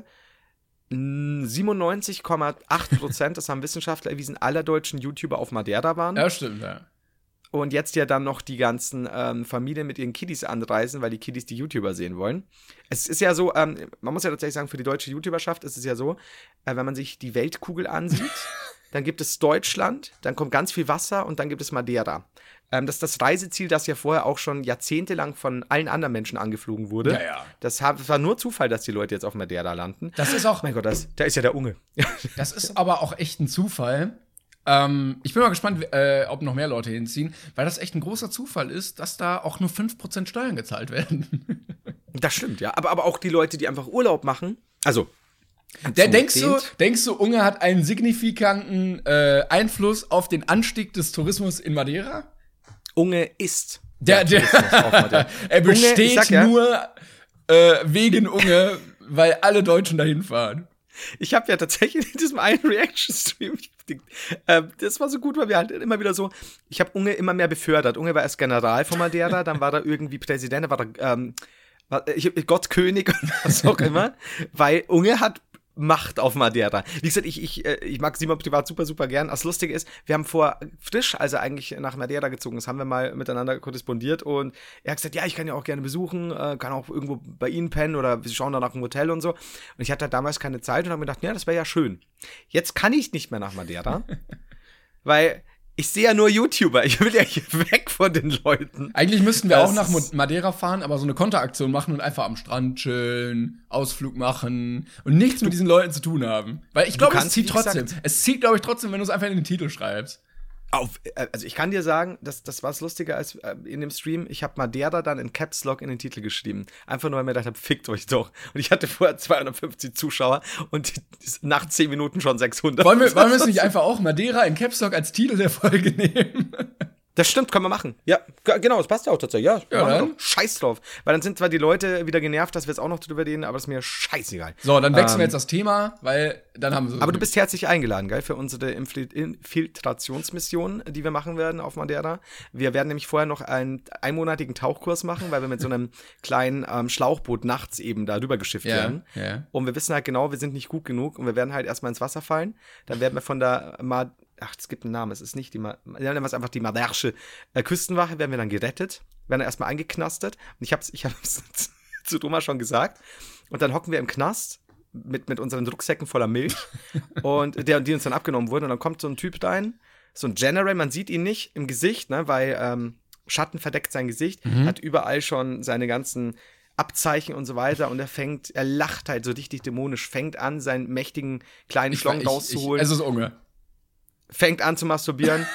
97,8%, das haben Wissenschaftler erwiesen, aller deutschen YouTuber auf Madeira waren. Ja, stimmt, ja. Und jetzt ja dann noch die ganzen Familien mit ihren Kiddies anreisen, weil die Kiddies die YouTuber sehen wollen. Es ist ja so, man muss ja tatsächlich sagen, für die deutsche YouTuberschaft ist es ja so, wenn man sich die Weltkugel ansieht, dann gibt es Deutschland, dann kommt ganz viel Wasser und dann gibt es Madeira. Das ist das Reiseziel, das ja vorher auch schon jahrzehntelang von allen anderen Menschen angeflogen wurde. Ja, ja. Das war nur Zufall, dass die Leute jetzt auf Madeira landen. Das ist auch. Mein Gott, da ist ja der Unge. Das ist aber auch echt ein Zufall. Ich bin mal gespannt, ob noch mehr Leute hinziehen, weil das echt ein großer Zufall ist, dass da auch nur 5% Steuern gezahlt werden. Das stimmt, ja. Aber auch die Leute, die einfach Urlaub machen, also denkst du, Unge hat einen signifikanten Einfluss auf den Anstieg des Tourismus in Madeira? Unge ist der Tourismus auf Madeira. Er besteht Unge, nur wegen Unge, weil alle Deutschen dahin fahren. Ich habe ja tatsächlich in diesem einen Reaction-Stream, das war so gut, weil wir halt immer wieder so, ich habe Unge immer mehr befördert. Unge war erst General von Madeira, dann war er irgendwie Präsident, dann war er Gottkönig und was auch immer, weil Unge hat Macht auf Madeira. Wie gesagt, ich mag Simon privat super, super gern. Das Lustige ist, wir haben als er eigentlich nach Madeira gezogen ist, haben wir mal miteinander korrespondiert und er hat gesagt, ja, ich kann ja auch gerne besuchen, kann auch irgendwo bei Ihnen pennen oder wir schauen dann nach einem Hotel und so. Und ich hatte halt damals keine Zeit und habe mir gedacht, ja, das wäre ja schön. Jetzt kann ich nicht mehr nach Madeira, weil ich sehe ja nur YouTuber. Ich will ja hier weg von den Leuten. Eigentlich müssten wir auch nach Madeira fahren, aber so eine Konteraktion machen und einfach am Strand chillen, Ausflug machen und nichts mit diesen Leuten zu tun haben. Weil ich glaube, es zieht trotzdem. Es zieht, glaube ich, trotzdem, wenn du es einfach in den Titel schreibst. Also ich kann dir sagen, das war es lustiger als in dem Stream. Ich habe Madeira dann in Caps Lock in den Titel geschrieben. Einfach nur, weil ich mir gedacht habe, fickt euch doch. Und ich hatte vorher 250 Zuschauer und nach 10 Minuten schon 600. Wollen wir es nicht einfach auch Madeira in Caps Lock als Titel der Folge nehmen? Das stimmt, können wir machen. Ja, genau, das passt ja auch tatsächlich. Ja, dann. Scheiß drauf. Weil dann sind zwar die Leute wieder genervt, dass wir jetzt auch noch drüber reden, aber das ist mir scheißegal. So, dann wechseln wir jetzt das Thema, weil dann haben wir so. Aber du bist herzlich eingeladen, geil, für unsere Infiltrationsmission, die wir machen werden auf Madeira. Wir werden nämlich vorher noch einen einmonatigen Tauchkurs machen, weil wir mit so einem kleinen Schlauchboot nachts eben da rüber geschifft werden. Ja. Und wir wissen halt genau, wir sind nicht gut genug und wir werden halt erstmal ins Wasser fallen. Dann werden wir von der es gibt einen Namen, es ist nicht die nennen wir es einfach die Maderische Küstenwache, werden wir dann gerettet, werden dann erstmal eingeknastet. Und ich hab's zu Thomas schon gesagt. Und dann hocken wir im Knast mit unseren Rucksäcken voller Milch und die uns dann abgenommen wurden. Und dann kommt so ein Typ rein, so ein General, man sieht ihn nicht im Gesicht, ne, weil Schatten verdeckt sein Gesicht, hat überall schon seine ganzen Abzeichen und so weiter und er lacht halt so richtig dämonisch, fängt an, seinen mächtigen kleinen Schlong rauszuholen. Es ist Unge. Fängt an zu masturbieren,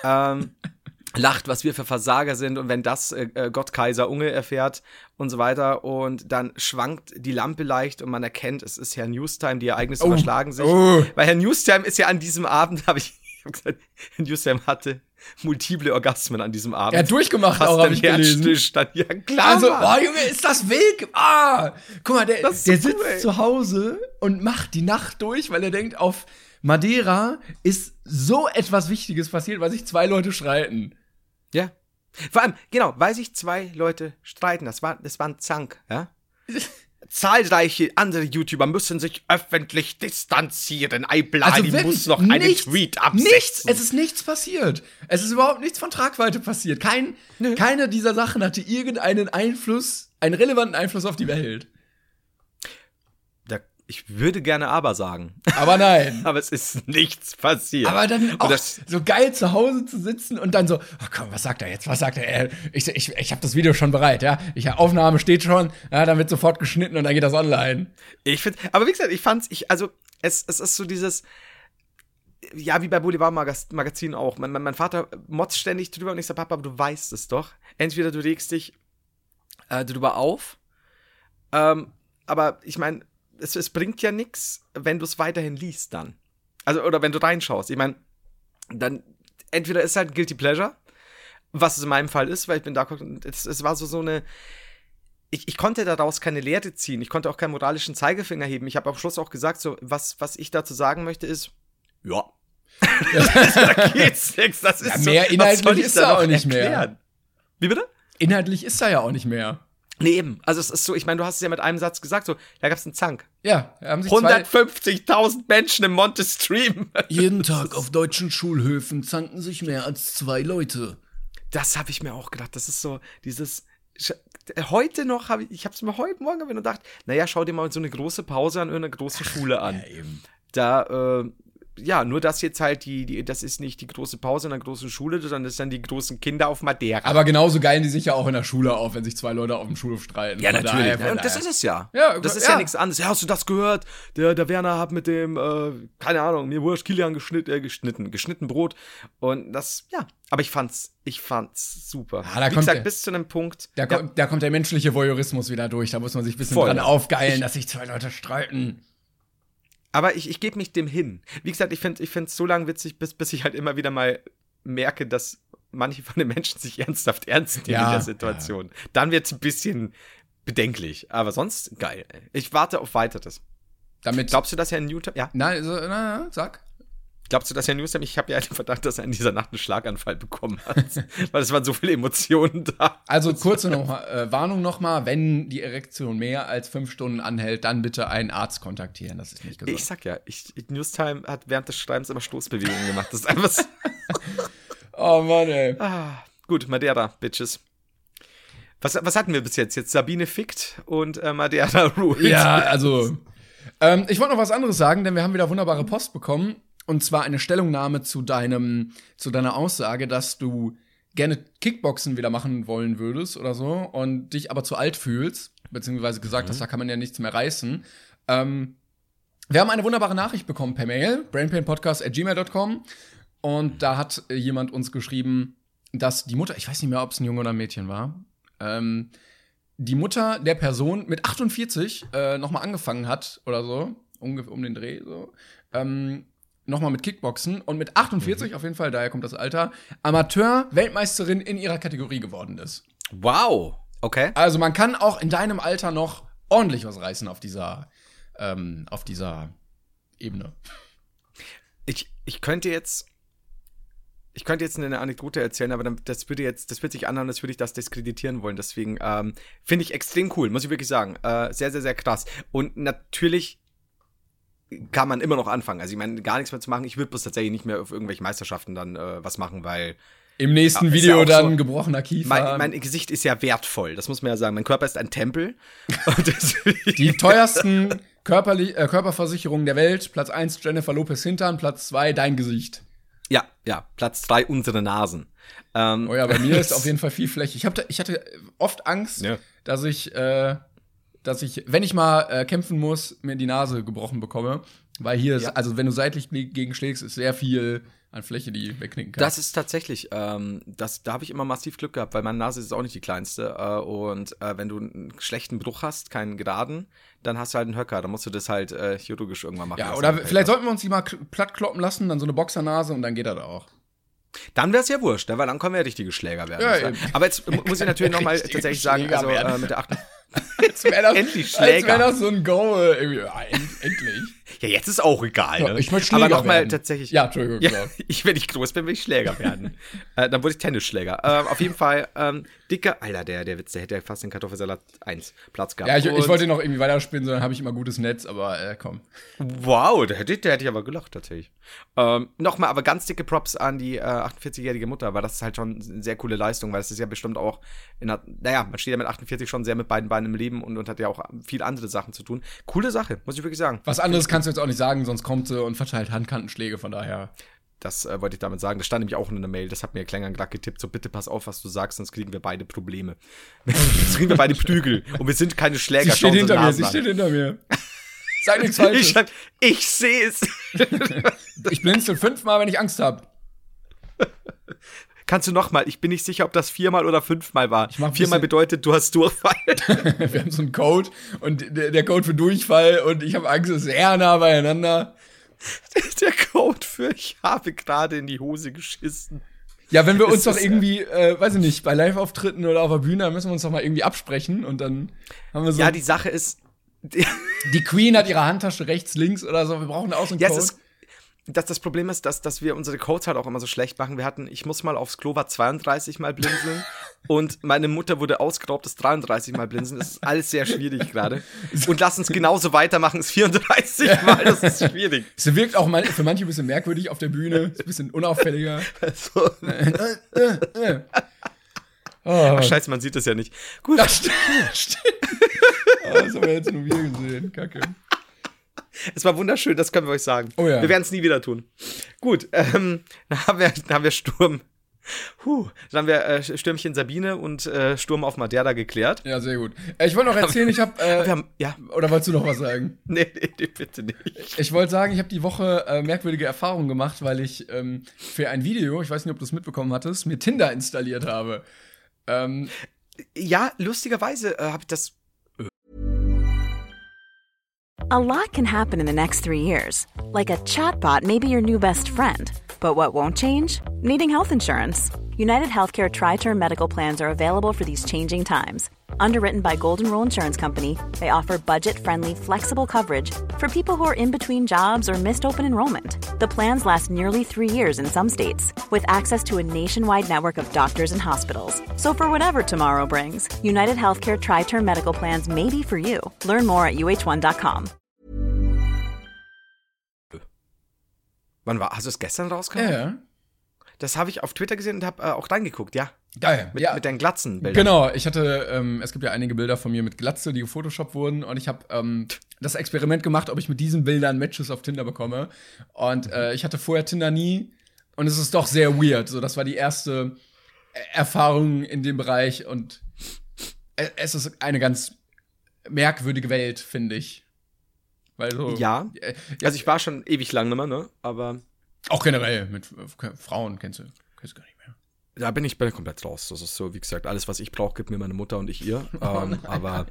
lacht, was wir für Versager sind und wenn das Gott Kaiser Unge erfährt und so weiter und dann schwankt die Lampe leicht und man erkennt, es ist Herr Newstime, die Ereignisse überschlagen sich. Weil Herr Newstime ist ja an diesem Abend, habe ich habe gesagt, Newsam hatte multiple Orgasmen an diesem Abend. Er hat durchgemacht, Fast auch habe ich gelesen. Herzstillstand. Ja, klar. Also, Mann. Junge, ist das wild? Guck mal, der Das ist so sitzt cool, ey. zu Hause und macht die Nacht durch, weil er denkt, auf Madeira ist so etwas Wichtiges passiert, weil sich 2 Leute streiten. Ja. Vor allem, genau, weil sich 2 Leute streiten. Das war ein Zank, ja? Zahlreiche andere YouTuber müssen sich öffentlich distanzieren. Iblani muss noch einen Tweet absetzen. Nichts, es ist nichts passiert. Es ist überhaupt nichts von Tragweite passiert. Keine dieser Sachen hatte irgendeinen Einfluss, einen relevanten Einfluss auf die Welt. Ich würde gerne aber sagen. Aber nein. Aber es ist nichts passiert. Aber dann auch das, so geil zu Hause zu sitzen und dann so, oh komm, was sagt er jetzt? Was sagt er? Ich habe das Video schon bereit, ja. Aufnahme steht schon, ja, dann wird sofort geschnitten und dann geht das online. Ich finde, aber wie gesagt, es ist so dieses, ja, wie bei Boulevard Magazin auch. Mein Vater motzt ständig drüber und ich sage, Papa, aber du weißt es doch. Entweder du regst dich drüber auf, aber ich meine, es bringt ja nichts, wenn du es weiterhin liest dann. Also, oder wenn du reinschaust. Ich meine, dann, entweder ist halt Guilty Pleasure, was es in meinem Fall ist, weil ich bin da, es war so eine, ich konnte daraus keine Lehre ziehen, ich konnte auch keinen moralischen Zeigefinger heben. Ich habe am Schluss auch gesagt, so, was ich dazu sagen möchte ist, ja. Da geht's nichts, das ist ja, mehr so, inhaltlich ist da auch nicht erklären? mehr. Wie bitte? Inhaltlich ist da ja auch nicht mehr. Nee, eben. Also es ist so, ich meine, du hast es ja mit einem Satz gesagt, so, da gab's einen Zank. Ja, haben sich 150.000 Menschen im Monte-Stream. Jeden Tag auf deutschen Schulhöfen zanken sich mehr als 2 Leute. Das habe ich mir auch gedacht. Das ist so dieses, heute noch, ich habe es mir heute Morgen gedacht, naja, schau dir mal so eine große Pause an irgendeiner großen Schule an. Ja, eben. Da, ja, nur dass jetzt halt das ist nicht die große Pause in einer großen Schule, sondern das sind die großen Kinder auf Madeira. Aber genauso geilen die sich ja auch in der Schule auf, wenn sich 2 Leute auf dem Schulhof streiten. Ja, Von natürlich. daher, Und das ist es ja. Ja, das ist ja nichts anderes. Ja, hast du das gehört? Der Werner hat mit dem, keine Ahnung, mir wurscht, Kilian geschnitten Brot. Und das, ja. Aber ich fand's super. Ja, wie gesagt, bis zu einem Punkt. Da kommt der menschliche Voyeurismus wieder durch. Da muss man sich ein bisschen dran aufgeilen, dass sich 2 Leute streiten. Aber ich gebe mich dem hin. Wie gesagt, ich finde es so lang witzig, bis ich halt immer wieder mal merke, dass manche von den Menschen sich ernsthaft ernst nehmen in der Situation. Ja. Dann wird es ein bisschen bedenklich. Aber sonst geil. Ich warte auf Weiteres. Glaubst du, dass er in Newtown... Ja? Nein, sag. Glaubst du, dass er Newsam, ich habe ja den Verdacht, dass er in dieser Nacht einen Schlaganfall bekommen hat. Weil es waren so viele Emotionen da. Also kurze Warnung nochmal, wenn die Erektion mehr als 5 Stunden anhält, dann bitte einen Arzt kontaktieren. Das ist nicht gesund. Ich sag ja, Newstime hat während des Schreibens immer Stoßbewegungen gemacht. Das ist einfach so. Oh Mann, ey. Gut, Madeira, Bitches. Was hatten wir bis jetzt? Jetzt Sabine fickt und Madeira ruht. Ja, also ich wollte noch was anderes sagen, denn wir haben wieder wunderbare Post bekommen. Und zwar eine Stellungnahme zu deiner Aussage, dass du gerne Kickboxen wieder machen wollen würdest oder so und dich aber zu alt fühlst, beziehungsweise gesagt hast, da kann man ja nichts mehr reißen. Wir haben eine wunderbare Nachricht bekommen per Mail, brainpainpodcast@gmail.com, und da hat jemand uns geschrieben, dass die Mutter, ich weiß nicht mehr, ob es ein Junge oder ein Mädchen war, die Mutter der Person mit 48 nochmal angefangen hat oder so, um den Dreh so, nochmal mit Kickboxen und mit 48 auf jeden Fall, daher kommt das Alter, Amateur-Weltmeisterin in ihrer Kategorie geworden ist. Wow, okay. Also man kann auch in deinem Alter noch ordentlich was reißen auf dieser Ebene. Ich könnte jetzt eine Anekdote erzählen, aber das wird sich anhören, als würde ich das diskreditieren wollen. Deswegen finde ich extrem cool, muss ich wirklich sagen. Sehr, sehr, sehr krass. Und natürlich kann man immer noch anfangen. Also ich meine, gar nichts mehr zu machen. Ich würde bloß tatsächlich nicht mehr auf irgendwelche Meisterschaften dann was machen, weil im nächsten Video ja dann so, gebrochener Kiefer. Mein Gesicht ist ja wertvoll, das muss man ja sagen. Mein Körper ist ein Tempel. Die teuersten Körperversicherungen der Welt. Platz 1 Jennifer Lopez Hintern, Platz 2 dein Gesicht. Ja, Platz 3 unsere Nasen. Oh ja, bei mir ist auf jeden Fall viel Fläche. Ich hatte oft Angst, dass ich, wenn ich mal kämpfen muss, mir die Nase gebrochen bekomme. Weil hier ist, also wenn du seitlich gegenschlägst, ist sehr viel an Fläche die wegknicken kann. Das ist tatsächlich, da habe ich immer massiv Glück gehabt, weil meine Nase ist auch nicht die kleinste. Und wenn du einen schlechten Bruch hast, keinen geraden, dann hast du halt einen Höcker. Dann musst du das halt chirurgisch irgendwann machen. Ja, oder vielleicht sollten wir uns die mal platt kloppen lassen, dann so eine Boxernase und dann geht das auch. Dann wäre es ja wurscht, ne? Weil dann können wir ja richtige Schläger werden. Ja, eben. Aber jetzt muss ich natürlich nochmal tatsächlich sagen, also mit der 8. Endlich Schläger. Als wäre das so ein Goal. Irgendwie. Ja, endlich. Ja, jetzt ist auch egal. Ja, ne? ich möchte Schläger Aber nochmal werden. tatsächlich. Ja, Entschuldigung. Ja, wenn ich groß bin, will ich Schläger werden. Dann wurde ich Tennisschläger. Auf jeden Fall dicker. Alter, der Witz, der hätte ja fast den Kartoffelsalat 1 Platz gehabt. Ja, ich wollte noch irgendwie weiterspielen, sondern habe ich immer gutes Netz, aber komm. Wow, der hätte ich aber gelacht, tatsächlich. Nochmal, aber ganz dicke Props an die 48-jährige Mutter, weil das ist halt schon eine sehr coole Leistung, weil es ist ja bestimmt auch man steht ja mit 48 schon sehr mit beiden Beinen im Leben und hat ja auch viel andere Sachen zu tun. Coole Sache, muss ich wirklich sagen. Was anderes kannst du jetzt auch nicht sagen, sonst kommt sie und verteilt Handkantenschläge, von daher. Das wollte ich damit sagen. Das stand nämlich auch in einer Mail. Das hat mir Klängern gerade getippt. So, bitte pass auf, was du sagst, sonst kriegen wir beide Probleme. Sonst kriegen wir beide Prügel. Und wir sind keine Schläger. Sie steht hinter mir. Sag nichts Falsches. Ich sehe es. Ich blinzel 5-mal, wenn ich Angst habe. Kannst du nochmal? Ich bin nicht sicher, ob das 4-mal oder 5-mal war. 4-mal bedeutet, du hast Durchfall. Wir haben so einen Code und der Code für Durchfall und ich habe Angst, es ist sehr nah beieinander. Der Code für ich habe gerade in die Hose geschissen. Ja, wenn wir uns doch irgendwie, weiß ich nicht, bei Live-Auftritten oder auf der Bühne, dann müssen wir uns doch mal irgendwie absprechen und dann haben wir so. Ja, die Sache ist. Die Queen hat ihre Handtasche rechts, links oder so. Wir brauchen auch so einen Code. Das Problem ist, dass wir unsere Codes halt auch immer so schlecht machen. Ich muss mal aufs Klo, war 32 Mal blinzeln und meine Mutter wurde ausgeraubt, das 33 Mal blinzeln. Das ist alles sehr schwierig gerade. Und lass uns genauso weitermachen, ist 34 Mal, das ist schwierig. Es wirkt auch für manche ein bisschen merkwürdig auf der Bühne, ist ein bisschen unauffälliger. So. Ach, scheiße, man sieht das ja nicht. Gut. Das stimmt. Das haben wir jetzt nur wir gesehen, kacke. Es war wunderschön, das können wir euch sagen. Oh ja. Wir werden es nie wieder tun. Gut, dann haben wir Sturm. Dann haben wir Stürmchen Sabine und Sturm auf Madeira geklärt. Ja, sehr gut. Ich wollte noch erzählen, ich habe ja. Oder wolltest du noch was sagen? Nee, bitte nicht. Ich wollte sagen, ich habe die Woche merkwürdige Erfahrungen gemacht, weil ich für ein Video, ich weiß nicht, ob du es mitbekommen hattest, mir Tinder installiert habe. Ja, lustigerweise habe ich das. A lot can happen in the next 3 years. Like a chatbot may be your new best friend. But what won't change? Needing health insurance. United Healthcare Tri-Term Medical Plans are available for these changing times. Underwritten by Golden Rule Insurance Company, they offer budget-friendly, flexible coverage for people who are in between jobs or missed open enrollment. The plans last nearly 3 years in some states, with access to a nationwide network of doctors and hospitals. So for whatever tomorrow brings, United Healthcare Tri-Term Medical Plans may be for you. Learn more at uh1.com. Wann war? Hast du es gestern rausgehauen? Ja. Das habe ich auf Twitter gesehen und habe auch reingeguckt, ja. Geil. Mit deinen Glatzenbildern. Genau, ich hatte, es gibt ja einige Bilder von mir mit Glatze, die gefotoshoppt wurden und ich habe das Experiment gemacht, ob ich mit diesen Bildern Matches auf Tinder bekomme. Und ich hatte vorher Tinder nie und es ist doch sehr weird. So, das war die erste Erfahrung in dem Bereich und es ist eine ganz merkwürdige Welt, finde ich. Weil so, ja, also ich war schon ewig lang nicht mehr, ne? Aber auch generell mit Frauen kennst du gar nicht mehr. Da bin ich komplett raus. Das ist so, wie gesagt, alles, was ich brauche, gibt mir meine Mutter und ich ihr. Aber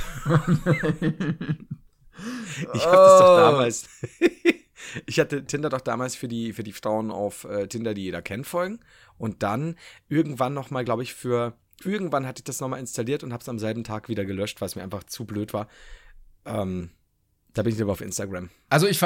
ich habe das doch damals. Ich hatte Tinder doch damals für die Frauen auf Tinder, die jeder kennt, folgen. Und dann irgendwann nochmal, glaube ich, irgendwann hatte ich das nochmal installiert und habe es am selben Tag wieder gelöscht, weil es mir einfach zu blöd war. Da bin ich aber auf Instagram. Also ich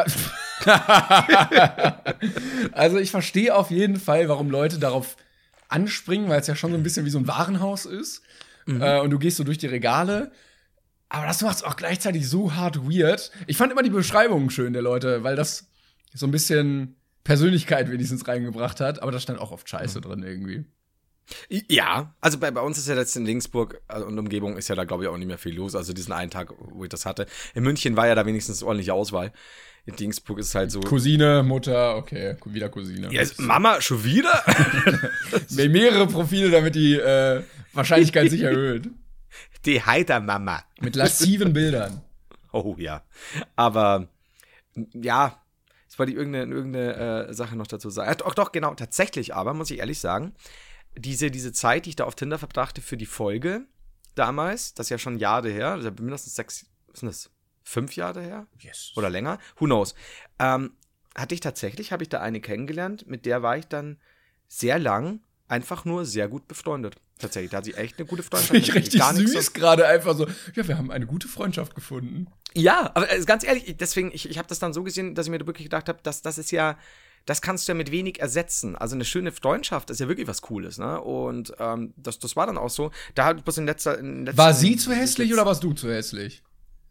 verstehe auf jeden Fall, warum Leute darauf anspringen, weil es ja schon so ein bisschen wie so ein Warenhaus ist. Mhm. Und du gehst so durch die Regale. Aber das macht es auch gleichzeitig so hart weird. Ich fand immer die Beschreibungen schön der Leute, weil das so ein bisschen Persönlichkeit wenigstens reingebracht hat. Aber da stand auch oft Scheiße drin irgendwie. Ja, also bei uns ist ja jetzt in Linksburg und Umgebung ist ja da, glaube ich, auch nicht mehr viel los. Also diesen einen Tag, wo ich das hatte. In München war ja da wenigstens ordentliche Auswahl. In Linksburg ist halt so. Cousine, Mutter, okay, wieder Cousine. Ja, Mama, schon wieder? Mehrere Profile, damit die Wahrscheinlichkeit sich erhöht. Die Heiter-Mama. Mit lasziven Bildern. Oh ja. Aber ja, wollte ich irgendeine Sache noch dazu sagen. Doch, genau, tatsächlich aber, muss ich ehrlich sagen, diese Zeit, die ich da auf Tinder verbrachte für die Folge damals, das ist ja schon Jahre her, das ist ja mindestens 6, was sind das, 5 Jahre her? Yes. Oder länger? Who knows? Habe ich da eine kennengelernt, mit der war ich dann sehr lang einfach nur sehr gut befreundet. Tatsächlich, da hat sie echt eine gute Freundschaft. Finde ich richtig süß gerade einfach so. Ja, wir haben eine gute Freundschaft gefunden. Ja, aber ganz ehrlich, deswegen, ich habe das dann so gesehen, dass ich mir wirklich gedacht habe, das ist ja, das kannst du ja mit wenig ersetzen. Also eine schöne Freundschaft ist ja wirklich was Cooles, ne? Und das war dann auch so. Da hat bloß in letzter War sie zu hässlich oder warst du zu hässlich?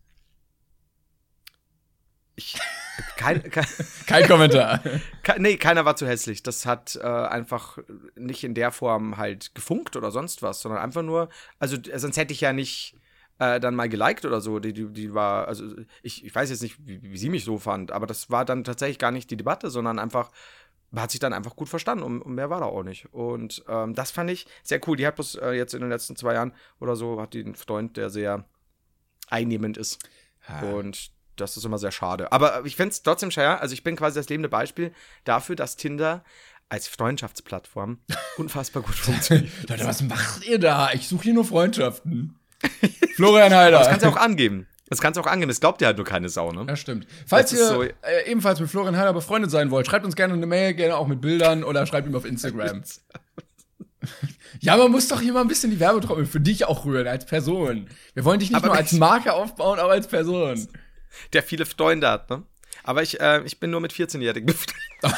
Kein Kommentar. Nee, keiner war zu hässlich. Das hat einfach nicht in der Form halt gefunkt oder sonst was, sondern einfach nur, also sonst hätte ich ja nicht dann mal geliked oder so. Die war, also ich weiß jetzt nicht, wie sie mich so fand, aber das war dann tatsächlich gar nicht die Debatte, sondern einfach, hat sich dann einfach gut verstanden und mehr war da auch nicht. Und das fand ich sehr cool. Die hat bloß jetzt in den letzten 2 Jahren oder so, hat die einen Freund, der sehr einnehmend ist. Und das ist immer sehr schade. Aber ich finde es trotzdem schwer. Also ich bin quasi das lebende Beispiel dafür, dass Tinder als Freundschaftsplattform unfassbar gut funktioniert. Leute, was macht ihr da? Ich suche hier nur Freundschaften. Florian Heider. Das kannst du auch angeben. Das glaubt dir halt nur keine Sau, ne? Ja, stimmt. Falls ihr ebenfalls mit Florian Heider befreundet sein wollt, schreibt uns gerne eine Mail, gerne auch mit Bildern oder schreibt ihm auf Instagram. Ja, man muss doch hier mal ein bisschen die Werbetrommel für dich auch rühren, als Person. Wir wollen dich nicht nur als Marke aufbauen, auch als Person. Der viele Freunde hat, ne? Aber ich bin nur mit 14-Jährigen befreundet.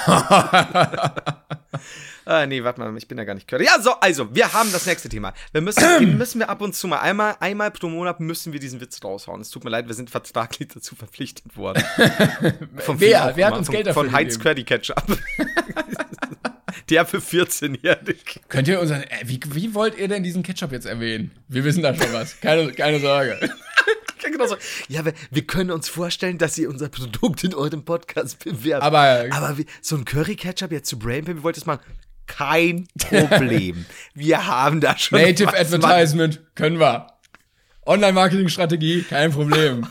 Nee, warte mal, ich bin ja gar nicht gehört. Ja, so, also, wir haben das nächste Thema. Den müssen wir ab und zu mal, einmal pro Monat müssen wir diesen Witz raushauen. Es tut mir leid, wir sind vertraglich dazu verpflichtet worden. Wer hat uns Geld dafür gegeben? Von Heinz Curdy Ketchup. Der für 14-Jährige. Könnt ihr unseren, wie wollt ihr denn diesen Ketchup jetzt erwähnen? Wir wissen da schon was. Keine Sorge. Genau so. Ja, wir können uns vorstellen, dass ihr unser Produkt in eurem Podcast bewerbt. Aber so ein Curry-Ketchup jetzt zu Brainpay, wie wollt ihr das machen? Kein Problem. Wir haben da schon Native Advertisement, können wir. Online-Marketing-Strategie, kein Problem.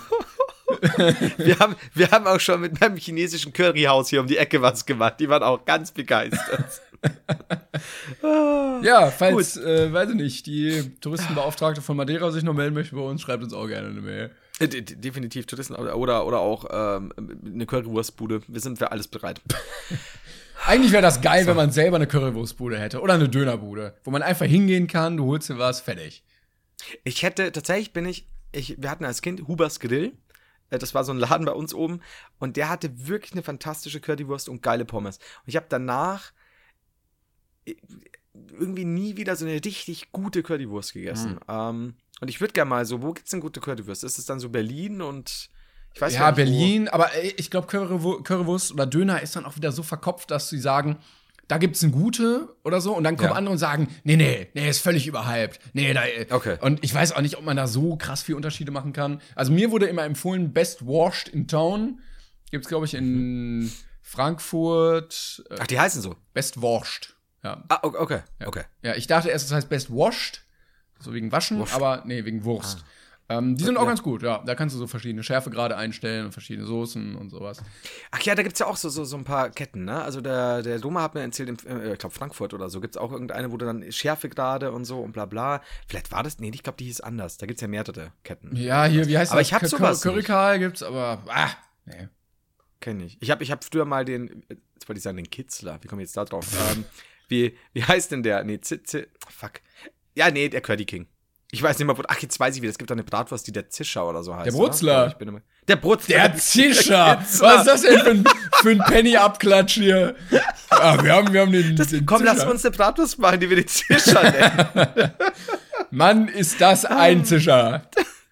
wir haben auch schon mit meinem chinesischen Curryhaus hier um die Ecke was gemacht. Die waren auch ganz begeistert. Ja, falls, weiß ich nicht, die Touristenbeauftragte von Madeira sich noch melden möchte bei uns, schreibt uns auch gerne eine Mail. Definitiv Touristen oder auch eine Currywurstbude. Wir sind für alles bereit. Eigentlich wäre das geil, wenn man selber eine Currywurstbude hätte oder eine Dönerbude, wo man einfach hingehen kann, du holst dir was, fertig. Wir hatten als Kind Hubers Grill. Das war so ein Laden bei uns oben. Und der hatte wirklich eine fantastische Currywurst und geile Pommes. Und ich habe danach irgendwie nie wieder so eine richtig gute Currywurst gegessen. Und ich würde gerne mal so, wo gibt's denn gute Currywurst? Ist es dann so Berlin und ich weiß ja, Berlin, aber ich glaube, Currywurst oder Döner ist dann auch wieder so verkopft, dass sie sagen, da gibt's eine gute oder so und dann kommen andere und sagen, nee, ist völlig überhyped. Okay. Und ich weiß auch nicht, ob man da so krass viel Unterschiede machen kann. Also mir wurde immer empfohlen, Best Washed in Town. Gibt's, glaube ich, in Frankfurt. Ach, die heißen so? Best Washed. Ja. Ah, okay. Ja. Okay. Ja, ich dachte erst, das heißt Best Washed. So wegen Waschen, aber nee, wegen Wurst. Die sind auch ganz gut, ja. Da kannst du so verschiedene Schärfegrade einstellen und verschiedene Soßen und sowas. Ach ja, da gibt's ja auch so ein paar Ketten, ne? Also der Doma hat mir erzählt, ich glaube Frankfurt oder so, gibt's auch irgendeine, wo du dann Schärfegrade und so und bla bla. Vielleicht war das, nee, ich glaube, die hieß anders. Da gibt's ja mehrere Ketten. Ja, hier, wie heißt aber das? Ich hab sowas Currykarl gibt's, aber, nee. Kenn ich. Ich hab früher mal jetzt wollte ich sagen, den Kitzler. Wie komme ich jetzt da drauf? Wie heißt denn der? Nee, fuck. Ja, nee, der Curdy King. Ich weiß nicht mal, jetzt weiß ich wieder, es gibt da eine Bratwurst, die der Zischer oder so heißt. Der Brutzler. Der Brutzler. Der Zischer. Was ist das denn für ein Penny-Abklatsch hier? Wir haben den komm, Zischer. Lass uns eine Bratwurst machen, die wir den Zischer nennen. Mann, ist das ein Zischer.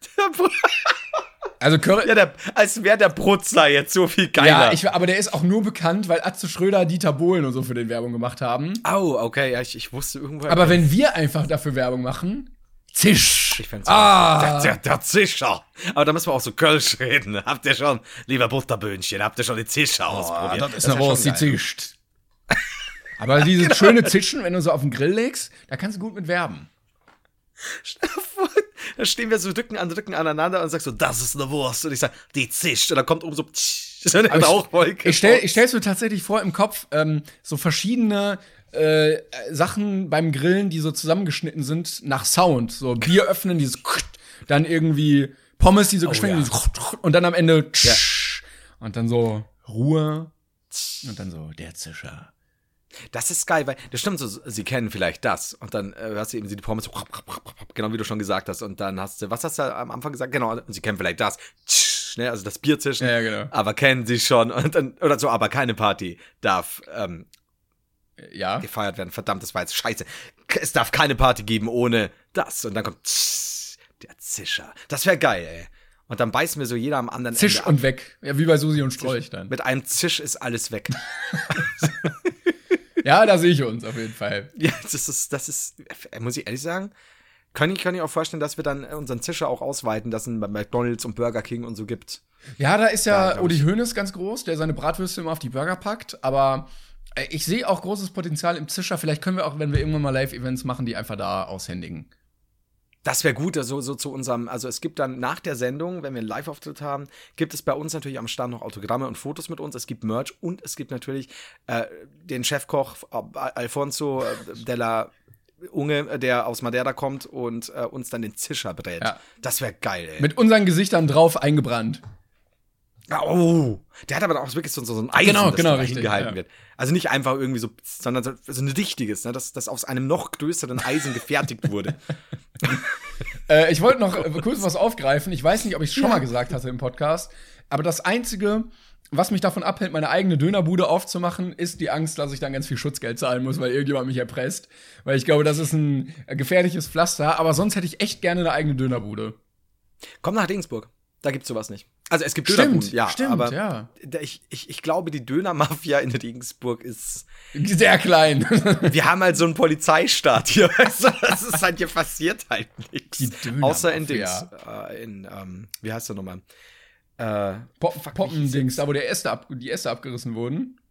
Also als wäre der Brutzler jetzt so viel geiler. Ja, aber der ist auch nur bekannt, weil Atze Schröder, Dieter Bohlen und so für den Werbung gemacht haben. Oh, okay, ja, ich wusste irgendwo. Aber wenn wir einfach dafür Werbung machen, Zisch. Ich find's der Zischer. Aber da müssen wir auch so Kölsch reden. Habt ihr schon, lieber Butterböhnchen, habt ihr schon die Zischer ausprobiert? Das ist eine Wurst, die zischt. Aber dieses schöne Zischen, wenn du so auf den Grill legst, da kannst du gut mit werben. Da stehen wir so Rücken aneinander und sagst so, das ist eine Wurst. Und ich sag, die zischt. Und dann kommt oben so, tsch. So eine Rauchwolke. Ich stell's mir tatsächlich vor im Kopf, so verschiedene Sachen beim Grillen, die so zusammengeschnitten sind nach Sound. So Bier öffnen, dieses dann irgendwie Pommes, die so geschwenkt, und dann am Ende und dann so Ruhe und dann so der Zischer. Das ist geil, weil das stimmt so, sie kennen vielleicht das und dann hast du eben die Pommes so, genau wie du schon gesagt hast und dann hast du, was hast du am Anfang gesagt? Genau, und sie kennen vielleicht das, ne, also das Bier zischen, Ja, genau. aber kennen sie schon und dann, oder so, aber keine Party darf gefeiert werden. Verdammt, das war jetzt scheiße. Es darf keine Party geben ohne das und dann kommt der Zischer. Das wäre geil, ey. Und dann beißt mir so jeder am anderen Zisch Ende ab. und weg. Ja, wie bei Susi und Strolch dann. Mit einem Zisch ist alles weg. Ja, da sehe ich uns auf jeden Fall. Ja, das ist, muss ich ehrlich sagen, kann ich auch vorstellen, dass wir dann unseren Zischer auch ausweiten, dass es bei McDonald's und Burger King und so gibt. Ja, da ist ja Ja, Uli Hoeneß ganz groß, der seine Bratwürste immer auf die Burger packt. Aber ich sehe auch großes Potenzial im Zischer. Vielleicht können wir auch, wenn wir irgendwann mal Live-Events machen, die einfach da aushändigen. Das wäre gut, also so zu unserem, also es gibt dann nach der Sendung, wenn wir einen Live-Auftritt haben, gibt es bei uns natürlich am Stand noch Autogramme und Fotos mit uns, es gibt Merch und es gibt natürlich den Chefkoch Alfonso Della Unge, der aus Madeira kommt und uns dann den Zischer brät. Ja. Das wäre geil, ey. Mit unseren Gesichtern drauf eingebrannt. Oh, der hat aber auch wirklich so ein Eisen, Genau, das da richtig, hingehalten ja. wird. Also nicht einfach irgendwie so, sondern so ein richtiges, ne, das aus einem noch größeren Eisen gefertigt wurde. Ich wollte noch kurz was aufgreifen. Ich weiß nicht, ob ich es schon mal gesagt hatte im Podcast, aber das Einzige, was mich davon abhält, meine eigene Dönerbude aufzumachen, ist die Angst, dass ich dann ganz viel Schutzgeld zahlen muss, weil irgendjemand mich erpresst. Weil ich glaube, das ist ein gefährliches Pflaster, aber sonst hätte ich echt gerne eine eigene Dönerbude. Komm nach Regensburg. Da gibt's sowas nicht. Also es gibt Dönerbuden, ja, stimmt, aber ja. Ich glaube, die Dönermafia in Regensburg ist sehr klein. Wir haben halt so einen Polizeistaat hier, weißt du? Das ist halt, hier passiert halt nichts. Außer in Dings. Wie heißt der nochmal? Poppendings, da wo die Äste abgerissen wurden.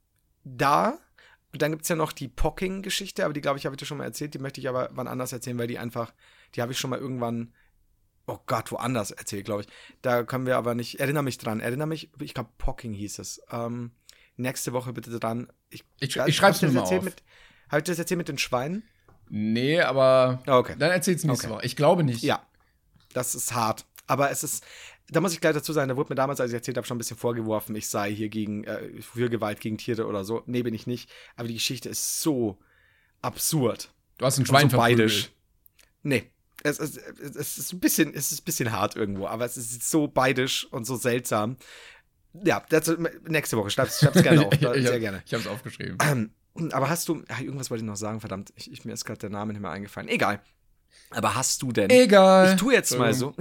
Da. Und dann gibt's ja noch die Pocking-Geschichte, aber die, glaube ich, habe ich dir schon mal erzählt. Die möchte ich aber wann anders erzählen, weil die habe ich schon mal irgendwann woanders erzählt, glaube ich. Da können wir aber nicht, erinnere mich, ich glaube, Pocking hieß es. Nächste Woche bitte dran. Ich schreib's mir mal auf. Habe ich das erzählt mit den Schweinen? Nee, aber okay. Dann erzähl's nächste Woche. Ich glaube nicht. Ja, das ist hart. Aber es ist, da muss ich gleich dazu sagen, da wurde mir damals, als ich erzählt habe, schon ein bisschen vorgeworfen, ich sei hier für Gewalt gegen Tiere oder so. Nee, bin ich nicht. Aber die Geschichte ist so absurd. Du hast ein Schwein so beidisch. Nee. Es ist ein bisschen hart irgendwo, aber es ist so beidisch und so seltsam. Ja, nächste Woche. Schreib's gerne auf. Sehr gerne. Ich hab's aufgeschrieben. Aber hast du, irgendwas wollte ich noch sagen, verdammt, mir ist gerade der Name nicht mehr eingefallen. Egal. Aber hast du denn? Egal. Ich tue jetzt mal so.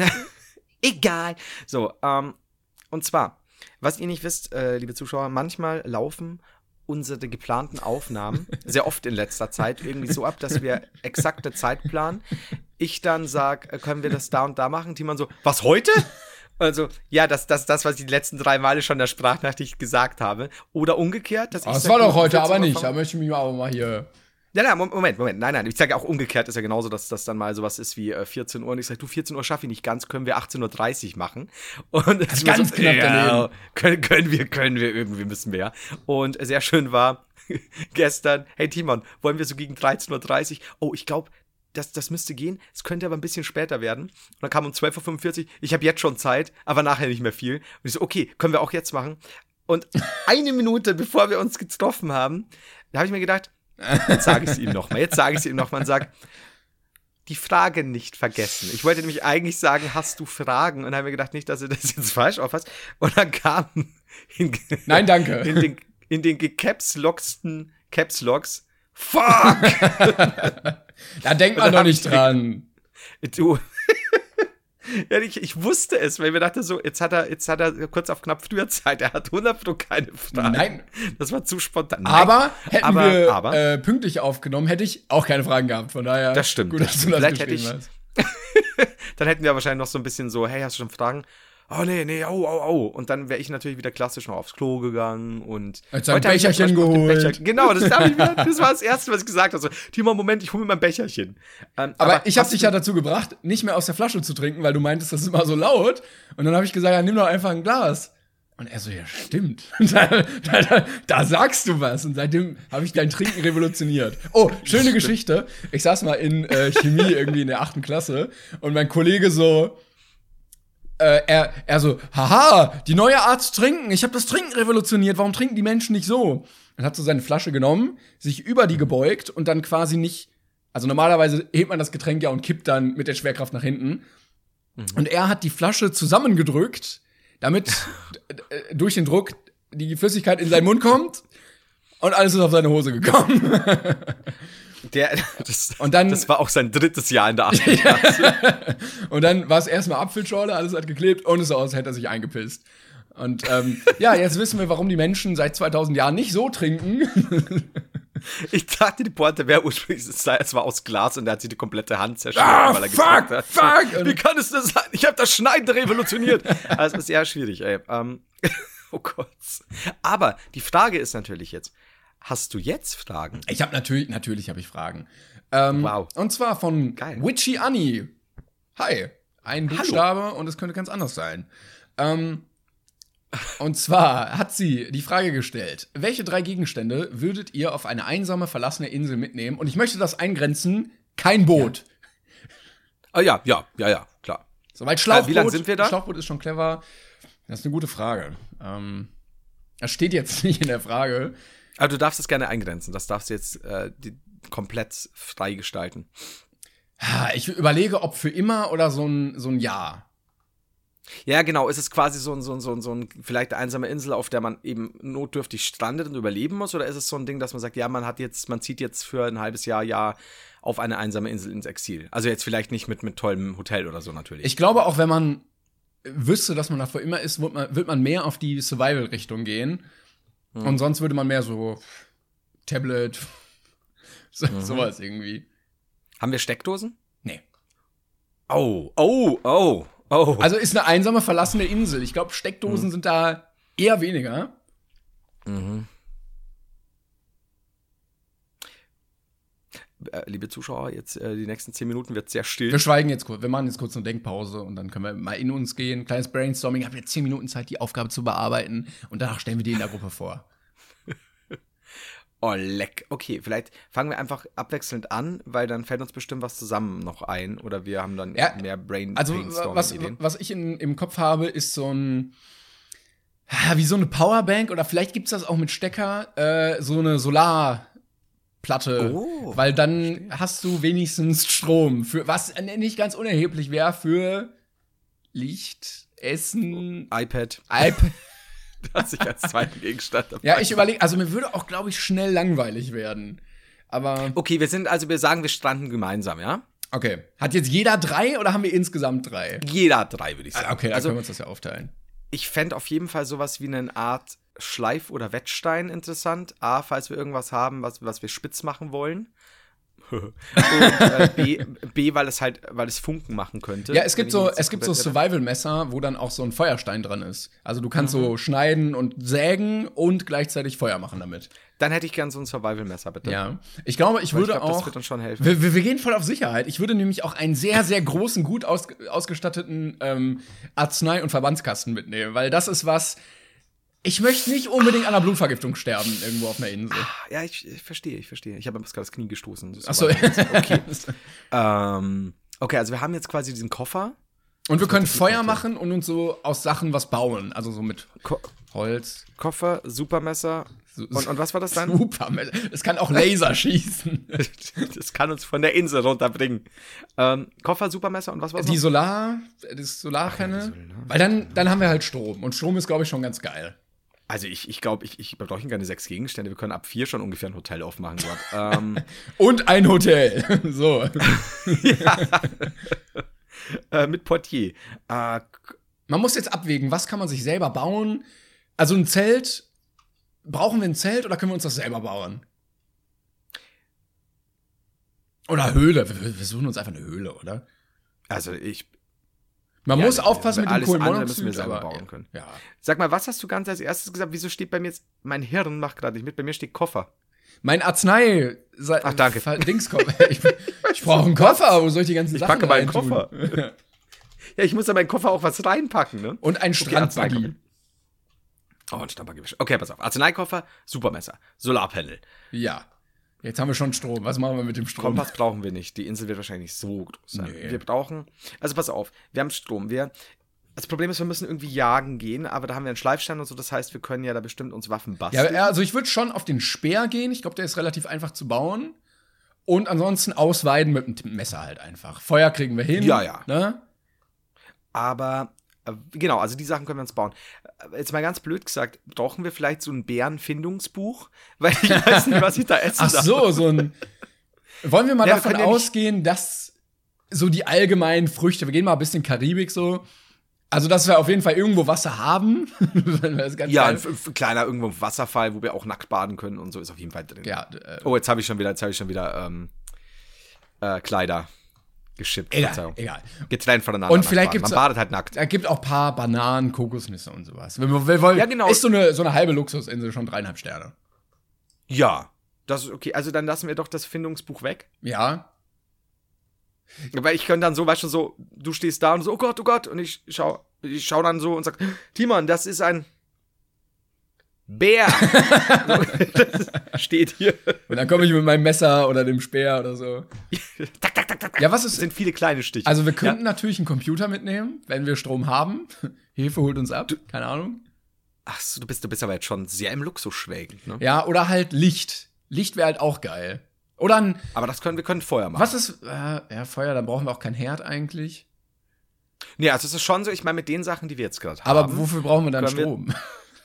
Egal. So, und zwar, was ihr nicht wisst, liebe Zuschauer, manchmal laufen unsere geplanten Aufnahmen, sehr oft in letzter Zeit, irgendwie so ab, dass wir exakte Zeit planen. Ich dann sag, können wir das da und da machen? Timon so, was, heute? Also, ja, das, was ich die letzten 3 Male schon in der Sprachnachricht gesagt habe. Oder umgekehrt. Das war doch heute aber nicht. Da möchte ich mich aber mal hier. Ja, Moment. Nein. Ich sage auch umgekehrt ist ja genauso, dass das dann mal sowas ist wie 14 Uhr. Und ich sage, du, 14 Uhr schaffe ich nicht ganz, können wir 18:30 Uhr machen. Und das ist ganz knapp daneben. Können wir irgendwie, müssen wir ja. Und sehr schön war gestern, hey Timon, wollen wir so gegen 13:30 Uhr? Oh, ich glaube, das müsste gehen. Es könnte aber ein bisschen später werden. Und dann kam um 12:45 Uhr, ich habe jetzt schon Zeit, aber nachher nicht mehr viel. Und ich so, okay, können wir auch jetzt machen. Und 1 Minute, bevor wir uns getroffen haben, da habe ich mir gedacht, jetzt sage ich es ihm nochmal und sage, die Frage nicht vergessen. Ich wollte nämlich eigentlich sagen, hast du Fragen? Und habe mir gedacht, nicht, dass ihr das jetzt falsch auffasst. Und dann kam nein, danke. In den gecapslocksten Caps Locks, fuck! Da denkt man doch nicht dran. Du. Ja, ich wusste es, weil ich mir dachte so, jetzt hat er kurz auf knapp früher Zeit. Er hat 100% keine Fragen. Nein. Das war zu spontan. Nein. Aber hätten wir pünktlich aufgenommen, hätte ich auch keine Fragen gehabt. Von daher. Das stimmt. Gut, dass du das geschrieben hast. Dann hätten wir wahrscheinlich noch so ein bisschen so, hey, hast du schon Fragen? Oh, nee, au. Und dann wäre ich natürlich wieder klassisch noch aufs Klo gegangen und jetzt ein Becherchen geholt. Genau, das war das Erste, was ich gesagt habe. So, Timon, Moment, ich hole mir mein Becherchen. Aber ich habe dich ja dazu gebracht, nicht mehr aus der Flasche zu trinken, weil du meintest, das ist immer so laut. Und dann habe ich gesagt, ja, nimm doch einfach ein Glas. Und er so, ja, stimmt. Da sagst du was. Und seitdem habe ich dein Trinken revolutioniert. Oh, schöne Geschichte. Ich saß mal in Chemie irgendwie in der 8. Klasse und mein Kollege so, er so, haha, die neue Art zu trinken. Ich habe das Trinken revolutioniert. Warum trinken die Menschen nicht so? Und hat so seine Flasche genommen, sich über die gebeugt und dann quasi nicht, also normalerweise hebt man das Getränk ja und kippt dann mit der Schwerkraft nach hinten. Und er hat die Flasche zusammengedrückt, damit durch den Druck die Flüssigkeit in seinen Mund kommt und alles ist auf seine Hose gekommen. Das war auch sein 3. Jahr in der 8. Klasse. Und dann war es erstmal Apfelschorle, alles hat geklebt und es sah aus, als hätte er sich eingepisst. Und ja, jetzt wissen wir, warum die Menschen seit 2000 Jahren nicht so trinken. Ich dachte, die Pointe wäre ursprünglich, es war aus Glas und er hat sich die komplette Hand zerstört, weil er gesagt hat, fuck! Wie kann es das sein? Ich habe das Schneiden revolutioniert. Also, es ist eher schwierig, ey. Oh Gott. Aber die Frage ist natürlich jetzt, hast du jetzt Fragen? Ich habe natürlich habe ich Fragen. Wow. Und zwar von Geil. Witchy Annie. Hi. Ein Buchstabe und es könnte ganz anders sein. Und zwar hat sie die Frage gestellt, welche 3 Gegenstände würdet ihr auf eine einsame, verlassene Insel mitnehmen? Und ich möchte das eingrenzen, kein Boot. Ja. Klar. So, weil Schlauchboot, wie lange sind wir da? Schlauchboot ist schon clever. Das ist eine gute Frage. Das steht jetzt nicht in der Frage. Aber du darfst es gerne eingrenzen. Das darfst du jetzt komplett frei gestalten. Ich überlege, ob für immer oder so ein Jahr. Ja, genau. Ist es quasi so ein vielleicht eine einsame Insel, auf der man eben notdürftig strandet und überleben muss? Oder ist es so ein Ding, dass man sagt, ja, man zieht jetzt für ein halbes Jahr auf eine einsame Insel ins Exil? Also jetzt vielleicht nicht mit tollem Hotel oder so natürlich. Ich glaube, auch wenn man wüsste, dass man da für immer ist, wird man mehr auf die Survival-Richtung gehen. Und sonst würde man mehr so Tablet, sowas irgendwie. Haben wir Steckdosen? Nee. Oh. Also ist eine einsame, verlassene Insel. Ich glaube, Steckdosen sind da eher weniger. Liebe Zuschauer, jetzt die nächsten 10 Minuten wird sehr still. Wir schweigen jetzt kurz. Wir machen jetzt kurz eine Denkpause und dann können wir mal in uns gehen. Kleines Brainstorming. Ich habe jetzt 10 Minuten Zeit, die Aufgabe zu bearbeiten. Und danach stellen wir die in der Gruppe vor. Oh, leck. Okay, vielleicht fangen wir einfach abwechselnd an, weil dann fällt uns bestimmt was zusammen noch ein. Oder wir haben dann mehr Brainstorming-Ideen. Was ich im Kopf habe, ist so ein wie so eine Powerbank. Oder vielleicht gibt's das auch mit Stecker. So eine Solarplatte. Oh, weil dann hast du wenigstens Strom. Für was nicht ganz unerheblich wäre für Licht, Essen, iPad. Das ich als zweiten Gegenstand dabei. Ja, ich überlege, also mir würde auch, glaube ich, schnell langweilig werden. Aber. Okay, wir sagen, wir stranden gemeinsam, ja? Okay. Hat jetzt jeder 3 oder haben wir insgesamt 3? Jeder 3, würde ich sagen. Okay, dann können wir uns das ja aufteilen. Ich fände auf jeden Fall sowas wie eine Art Schleif- oder Wettstein interessant. A, falls wir irgendwas haben, was wir spitz machen wollen. Und B, weil es Funken machen könnte. Ja, es gibt so Survival-Messer, wo dann auch so ein Feuerstein dran ist. Also du kannst so schneiden und sägen und gleichzeitig Feuer machen damit. Dann hätte ich gern so ein Survival-Messer, bitte. Ja, ich glaube, das wird uns schon helfen. Wir gehen voll auf Sicherheit. Ich würde nämlich auch einen sehr, sehr großen, gut ausgestatteten Arznei- und Verbandskasten mitnehmen, weil das ist was. Ich möchte nicht unbedingt an einer Blutvergiftung sterben, irgendwo auf einer Insel. Ja, ich verstehe. Ich habe mir gerade das Knie gestoßen. Achso. Okay. Okay, also wir haben jetzt quasi diesen Koffer. Und wir können Feuer machen und uns so aus Sachen was bauen. Also so mit Holz. Koffer, Supermesser. Und was war das dann? Supermesser. Es kann auch Laser schießen. Das kann uns von der Insel runterbringen. Koffer, Supermesser und was war das? Das Solarpanel. Weil dann haben wir halt Strom. Und Strom ist, glaube ich, schon ganz geil. Also ich glaube, ich brauche keine 6 Gegenstände. Wir können ab 4 schon ungefähr ein Hotel aufmachen dort. Und ein Hotel. So. Mit Portier. Man muss jetzt abwägen, was kann man sich selber bauen? Also ein Zelt. Brauchen wir ein Zelt oder können wir uns das selber bauen? Oder Höhle. Wir suchen uns einfach eine Höhle, oder? Also Man muss aufpassen mit dem alles andere Kohlenmonoxid, müssen wir selber bauen können. Ja. Sag mal, was hast du ganz als erstes gesagt? Wieso steht bei mir jetzt, mein Hirn macht gerade nicht mit, bei mir steht Koffer. Mein Arznei. Ach, danke. Dingskoffer. Ich brauche einen Koffer, wo soll ich die ganzen Sachen packe meinen reintun? Koffer. Ja, ich muss in meinen Koffer auch was reinpacken, ne? Und ein Strandbuggy. Oh, ein Schnappergewisch. Okay, pass auf. Arzneikoffer, Supermesser, Solarpanel. Ja. Jetzt haben wir schon Strom. Was machen wir mit dem Strom? Kompass brauchen wir nicht. Die Insel wird wahrscheinlich nicht so groß sein. Nee. Wir brauchen, also pass auf, wir haben Strom. Das Problem ist, wir müssen irgendwie jagen gehen, aber da haben wir einen Schleifstein und so. Das heißt, wir können ja da bestimmt uns Waffen basteln. Ja, also ich würde schon auf den Speer gehen. Ich glaube, der ist relativ einfach zu bauen. Und ansonsten ausweiden mit dem Messer halt einfach. Feuer kriegen wir hin. Ja. Ne? Aber, genau, also die Sachen können wir uns bauen. Jetzt mal ganz blöd gesagt, brauchen wir vielleicht so ein Bärenfindungsbuch? Weil ich weiß nicht, was ich da essen Ach darf. so ein. Wollen wir mal Ja, wir davon können ja nicht- ausgehen, dass so die allgemeinen Früchte, wir gehen mal ein bisschen Karibik so, also dass wir auf jeden Fall irgendwo Wasser haben. Das ist ganz Ja, geil. ein kleiner irgendwo ein Wasserfall, wo wir auch nackt baden können und so ist auf jeden Fall drin. Ja, Oh, jetzt habe ich schon wieder Kleider geschippt. egal. Getrennt voneinander. Und nackt vielleicht baden. gibt's Man badet halt nackt. Da gibt auch ein paar Bananen, Kokosnüsse und sowas. Wir wollen, Ja, genau. Ist so eine halbe Luxusinsel schon 3,5 Sterne. Ja, das ist okay. Also dann lassen wir doch das Findungsbuch weg. Ja. Weil ich könnte dann so, weißt du, so, du stehst da und so, oh Gott, und ich schau dann so und sag, Timon, das ist ein Bär. Das steht hier. Und dann komme ich mit meinem Messer oder dem Speer oder so. Tak, tak, tak, tak. Ja, was Das ist. sind viele kleine Stiche. Also, wir könnten natürlich einen Computer mitnehmen, wenn wir Strom haben. Hefe holt uns ab. Keine Ahnung. Ach so, du bist aber jetzt schon sehr im Luxus schwelgend, ne? Ja, oder halt Licht. Licht wäre halt auch geil. Oder ein. Aber wir können Feuer machen. Was ist. Ja, Feuer, dann brauchen wir auch keinen Herd eigentlich. Nee, also es ist schon so, ich meine, mit den Sachen, die wir jetzt gerade haben. Aber wofür brauchen wir dann können wir- Strom?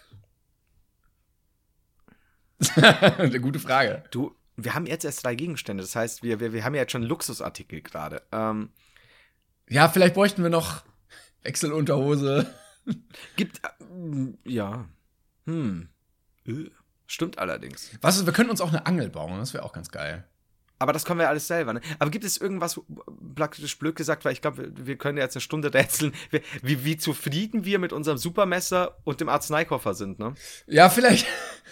Eine gute Frage. Du, wir haben jetzt erst 3 Gegenstände, das heißt, wir haben ja jetzt schon Luxusartikel gerade. Ja, vielleicht bräuchten wir noch Wechselunterhose. Ja. Stimmt allerdings. Was ist, wir können uns auch eine Angel bauen, das wäre auch ganz geil. Aber das können wir alles selber, ne? Aber gibt es irgendwas, praktisch blöd gesagt, weil ich glaube, wir können ja jetzt eine Stunde rätseln, wie zufrieden wir mit unserem Supermesser und dem Arzneikoffer sind, ne? Ja, vielleicht,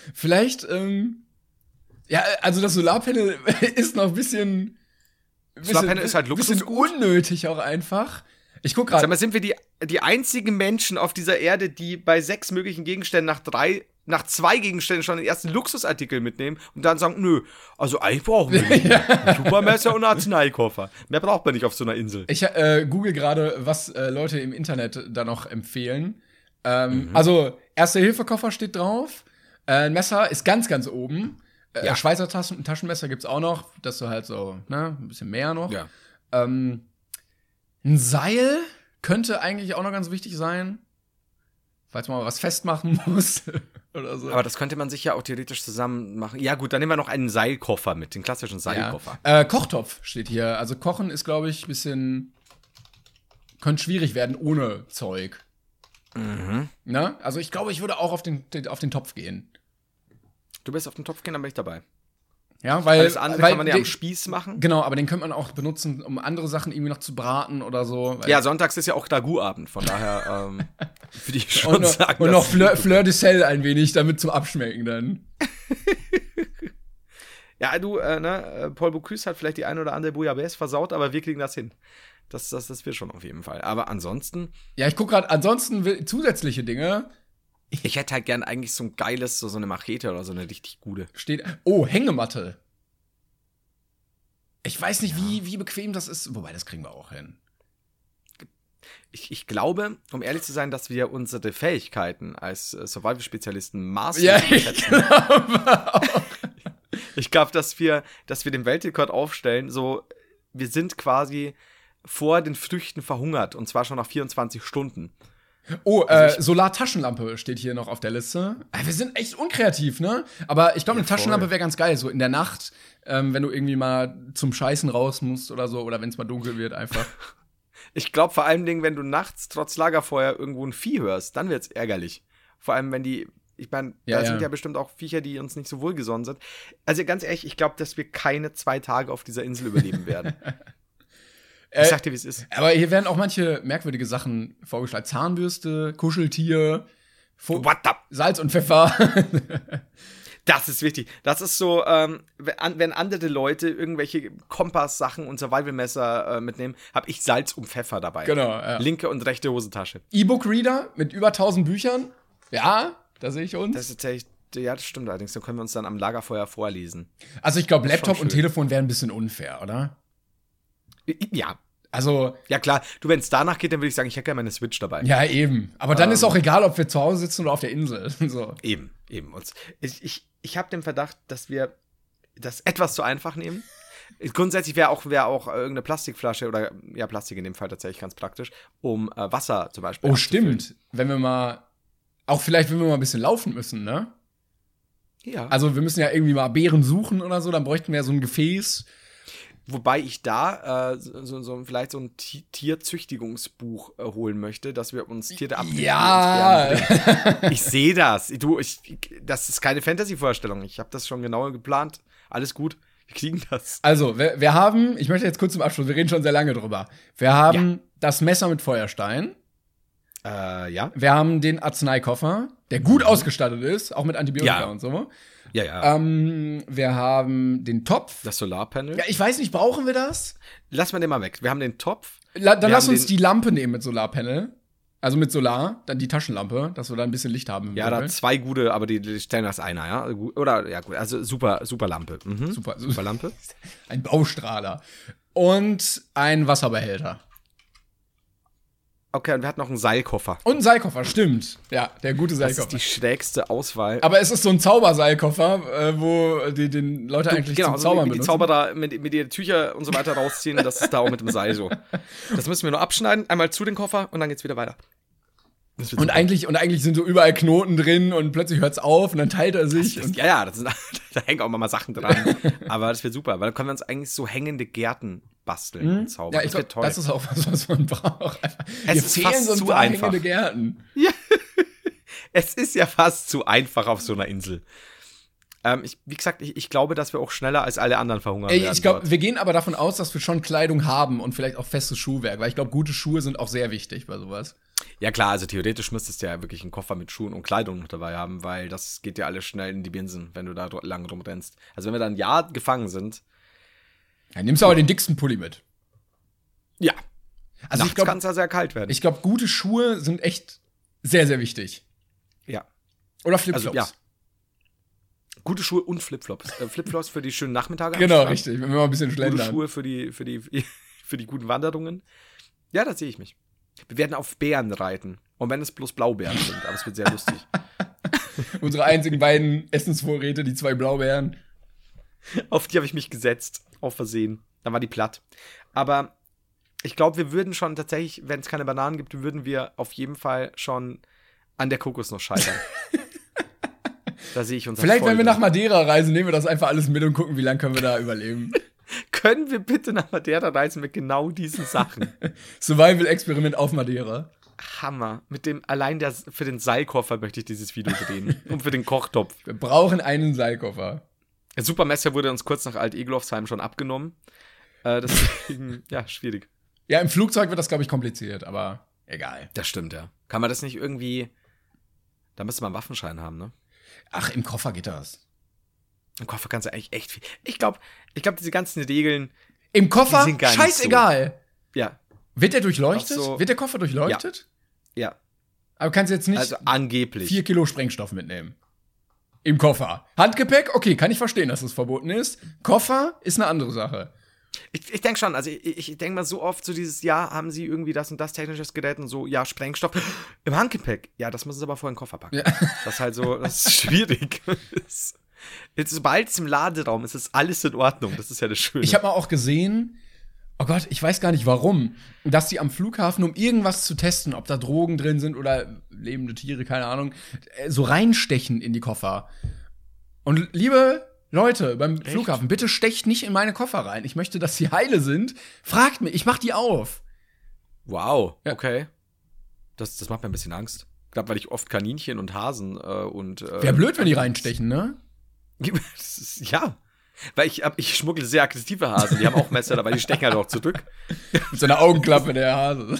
ja, also das Solarpanel ist noch ein bisschen Solarpanel ist halt bisschen Luxusgut. unnötig auch einfach. Ich guck Sag gerade. mal, sind wir die einzigen Menschen auf dieser Erde, die bei 6 möglichen Gegenständen nach 2 Gegenständen schon den ersten Luxusartikel mitnehmen und dann sagen, nö, also eigentlich brauchen wir nicht. Ein Supermesser und einen Arzneikoffer. Mehr braucht man nicht auf so einer Insel. Ich google gerade, was Leute im Internet da noch empfehlen. Also, Erste-Hilfe-Koffer steht drauf. Ein Messer ist ganz, ganz oben. Ja. Schweizer Taschenmesser gibt's auch noch, dass du halt so, ne, ein bisschen mehr noch. Ja. Ein Seil könnte eigentlich auch noch ganz wichtig sein. Falls man mal was festmachen muss oder so. Aber das könnte man sich ja auch theoretisch zusammen machen. Ja gut, dann nehmen wir noch einen Seilkoffer mit, den klassischen Seilkoffer. Ja. Kochtopf steht hier. Also Kochen ist, glaube ich, ein bisschen könnte schwierig werden ohne Zeug. Ne? Also ich glaube, ich würde auch auf den Topf gehen. Du wirst auf den Topf gehen, dann bin ich dabei. Ja, weil Alles andere kann man ja am Spieß machen. Genau, aber den könnte man auch benutzen, um andere Sachen irgendwie noch zu braten oder so. Ja, sonntags ist ja auch Dagu-Abend, von daher würde ich schon und noch, sagen. und noch dass- Fleur de Sel ein wenig, damit zum Abschmecken dann. Ja, du, Paul Bocuse hat vielleicht die eine oder andere Bouillabaisse versaut, aber wir kriegen das hin. Das wird schon auf jeden Fall. Aber ansonsten, Ja, ich gucke gerade, ansonsten zusätzliche Dinge ich hätte halt gern eigentlich so ein geiles, so eine Machete oder so eine richtig gute. steht. Oh, Hängematte. Ich weiß nicht, wie bequem das ist. Wobei, das kriegen wir auch hin. Ich glaube, um ehrlich zu sein, dass wir unsere Fähigkeiten als Survival-Spezialisten Ja, maßlos ich schätzen. glaube auch. Ich glaube, dass wir den Weltrekord aufstellen, so, wir sind quasi vor den Früchten verhungert und zwar schon nach 24 Stunden. Oh, Solartaschenlampe steht hier noch auf der Liste. Wir sind echt unkreativ, ne? Aber ich glaube, Ja, eine Taschenlampe voll. wäre ganz geil. So in der Nacht, wenn du irgendwie mal zum Scheißen raus musst oder so. Oder wenn es mal dunkel wird einfach. Ich glaube vor allen Dingen, wenn du nachts trotz Lagerfeuer irgendwo ein Vieh hörst, dann wird's ärgerlich. Vor allem, wenn die, ich meine, Ja, da ja. sind ja bestimmt auch Viecher, die uns nicht so wohlgesonnen sind. Also ganz ehrlich, ich glaube, dass wir keine 2 Tage auf dieser Insel überleben werden. Ich sag dir, wie es ist. Aber hier werden auch manche merkwürdige Sachen vorgeschlagen. Zahnbürste, Kuscheltier, What the? Salz und Pfeffer. Das ist wichtig. Das ist so, wenn andere Leute irgendwelche Kompass-Sachen und Survival-Messer mitnehmen, habe ich Salz und Pfeffer dabei. Genau, ja. Linke und rechte Hosentasche. E-Book-Reader mit über 1000 Büchern. Ja, Da sehe ich uns. Das ist tatsächlich, ja, das stimmt allerdings. Dann können wir uns dann am Lagerfeuer vorlesen. Also ich glaube, Laptop und schön. Telefon wären ein bisschen unfair, oder? Ja. Also, Ja, klar. Du, wenn es danach geht, dann würde ich sagen, ich hätte gerne meine Switch dabei. ja, eben. Aber dann ist auch egal, ob wir zu Hause sitzen oder auf der Insel. So. Eben. Und ich habe den Verdacht, dass wir das etwas zu einfach nehmen. Grundsätzlich wäre auch irgendeine Plastikflasche oder, ja, Plastik in dem Fall tatsächlich ganz praktisch, um Wasser zum Beispiel Oh, abzufüllen. stimmt. Wenn wir mal, auch vielleicht, wenn wir mal ein bisschen laufen müssen, ne? Ja. Also wir müssen ja irgendwie mal Beeren suchen oder so, dann bräuchten wir ja so ein Gefäß. Wobei ich da vielleicht so ein Tierzüchtigungsbuch holen möchte, dass wir uns Tiere abgeben. Ja. Ich sehe das. Das ist keine Fantasy-Vorstellung. Ich habe das schon genauer geplant. Alles gut. Wir kriegen das. Also, wir haben, ich möchte jetzt kurz zum Abschluss, wir reden schon sehr lange drüber. Wir haben das Messer mit Feuerstein. Ja. Wir haben den Arzneikoffer, der gut ausgestattet ist, auch mit Antibiotika Ja. und so. Ja. Wir haben den Topf. Das Solarpanel. Ja, ich weiß nicht, brauchen wir das? Lass mal den mal weg. Wir haben den Topf. Dann Wir lass haben uns die Lampe nehmen mit Solarpanel. Also mit Solar, dann die Taschenlampe, dass wir da ein bisschen Licht haben. im Ja, da Dunkeln. zwei gute, aber die stellen das einer, ja? Oder, ja, gut. Also super Lampe. Mhm. Super Lampe. Ein Baustrahler. Und ein Wasserbehälter. Okay, und wir hatten noch einen Seilkoffer. Und ein Seilkoffer, stimmt. Ja, der gute Das Seilkoffer. ist die schrägste Auswahl. Aber es ist so ein Zauberseilkoffer, wo die Leute eigentlich genau, zum also Zaubern wie die benutzen. Zauber da mit den Tücher und so weiter rausziehen, das ist da auch mit dem Seil so. Das müssen wir nur abschneiden, einmal zu den Koffer und dann geht's wieder weiter. Das wird Und super. eigentlich sind so überall Knoten drin und plötzlich hört's auf und dann teilt er sich. Und Ja, da hängen auch mal Sachen dran. Aber das wird super, weil dann können wir uns eigentlich so hängende Gärten basteln und zaubern. ja, ich Das wird glaube, toll. das ist auch was man braucht. Es Wir ist fehlen fast so ein zu paar einfach. hängende Gärten. Es ist ja fast zu einfach auf so einer Insel. Wie gesagt, ich glaube, dass wir auch schneller als alle anderen verhungern werden. Ich glaube, dort. wir gehen aber davon aus, dass wir schon Kleidung haben und vielleicht auch festes Schuhwerk, weil ich glaube, gute Schuhe sind auch sehr wichtig bei sowas. Ja klar, also theoretisch müsstest du ja wirklich einen Koffer mit Schuhen und Kleidung noch dabei haben, weil das geht dir alles schnell in die Binsen, wenn du da lang rumrennst. Also wenn wir da ein Jahr gefangen sind. Dann nimmst du aber den dicksten Pulli mit. Ja. Also Nachts kann es ja sehr kalt werden. ich glaube, gute Schuhe sind echt sehr, sehr wichtig. Ja. Oder Flipflops. Also, ja. Gute Schuhe und Flipflops. Flipflops für die schönen Nachmittage. am Genau, Strand. richtig, wenn wir mal ein bisschen Gute schlendern. Schuhe für die guten Wanderungen. Ja, da sehe ich mich. Wir werden auf Bären reiten. Und wenn es bloß Blaubeeren sind, aber es wird sehr lustig. Unsere einzigen beiden Essensvorräte, die 2 Blaubeeren. Auf die habe ich mich gesetzt. Auf Versehen. Dann war die platt. Aber ich glaube, wir würden schon tatsächlich, wenn es keine Bananen gibt, würden wir auf jeden Fall schon an der Kokosnuss scheitern. Da sehe ich uns Vielleicht, voll wenn wir drin. nach Madeira reisen, nehmen wir das einfach alles mit und gucken, wie lange können wir da überleben. Können wir bitte nach Madeira reisen mit genau diesen Sachen? Survival-Experiment auf Madeira. Hammer. Für den Seilkoffer möchte ich dieses Video drehen. Und für den Kochtopf. Wir brauchen einen Seilkoffer. Der Supermesser wurde uns kurz nach Alt-Eglofsheim schon abgenommen. Deswegen, ja, schwierig. Ja, im Flugzeug wird das, glaube ich, kompliziert, aber egal. Das stimmt, ja. Kann man das nicht irgendwie. Da müsste man einen Waffenschein haben, ne? Ach, im Koffer geht das. Im Koffer kannst du eigentlich echt viel. Ich glaube, diese ganzen Regeln. Im Koffer? Die sind gar nicht Scheißegal. Ja, Wird der durchleuchtet? Ach so. Wird der Koffer durchleuchtet? ja. Aber kannst jetzt nicht Also angeblich. 4 Kilo Sprengstoff mitnehmen. Im Koffer. Handgepäck? Okay, kann ich verstehen, dass das verboten ist. Koffer ist eine andere Sache. Ich denke schon, also ich denke mal so oft so dieses Jahr haben sie irgendwie das und das technisches Gerät und so, ja, Sprengstoff im Handgepäck. Ja, das müssen sie aber vorher in den Koffer packen. Ja. Das ist halt so, das ist schwierig. Sobald es im Laderaum ist, ist alles in Ordnung. Das ist ja das Schöne. Ich habe mal auch gesehen, oh Gott, ich weiß gar nicht warum, dass die am Flughafen, um irgendwas zu testen, ob da Drogen drin sind oder lebende Tiere, keine Ahnung, so reinstechen in die Koffer. Und liebe Leute beim Flughafen, bitte stecht nicht in meine Koffer rein. Ich möchte, dass sie heile sind. Fragt mich, ich mach die auf. Wow, Ja. okay. Das macht mir ein bisschen Angst. Gerade weil ich oft Kaninchen und Hasen Wäre blöd, wenn die reinstechen, ne? Ja. Weil ich schmuggle sehr aggressive Hasen. Die haben auch Messer dabei, die stechen halt auch zurück. Mit so einer Augenklappe, der Hase.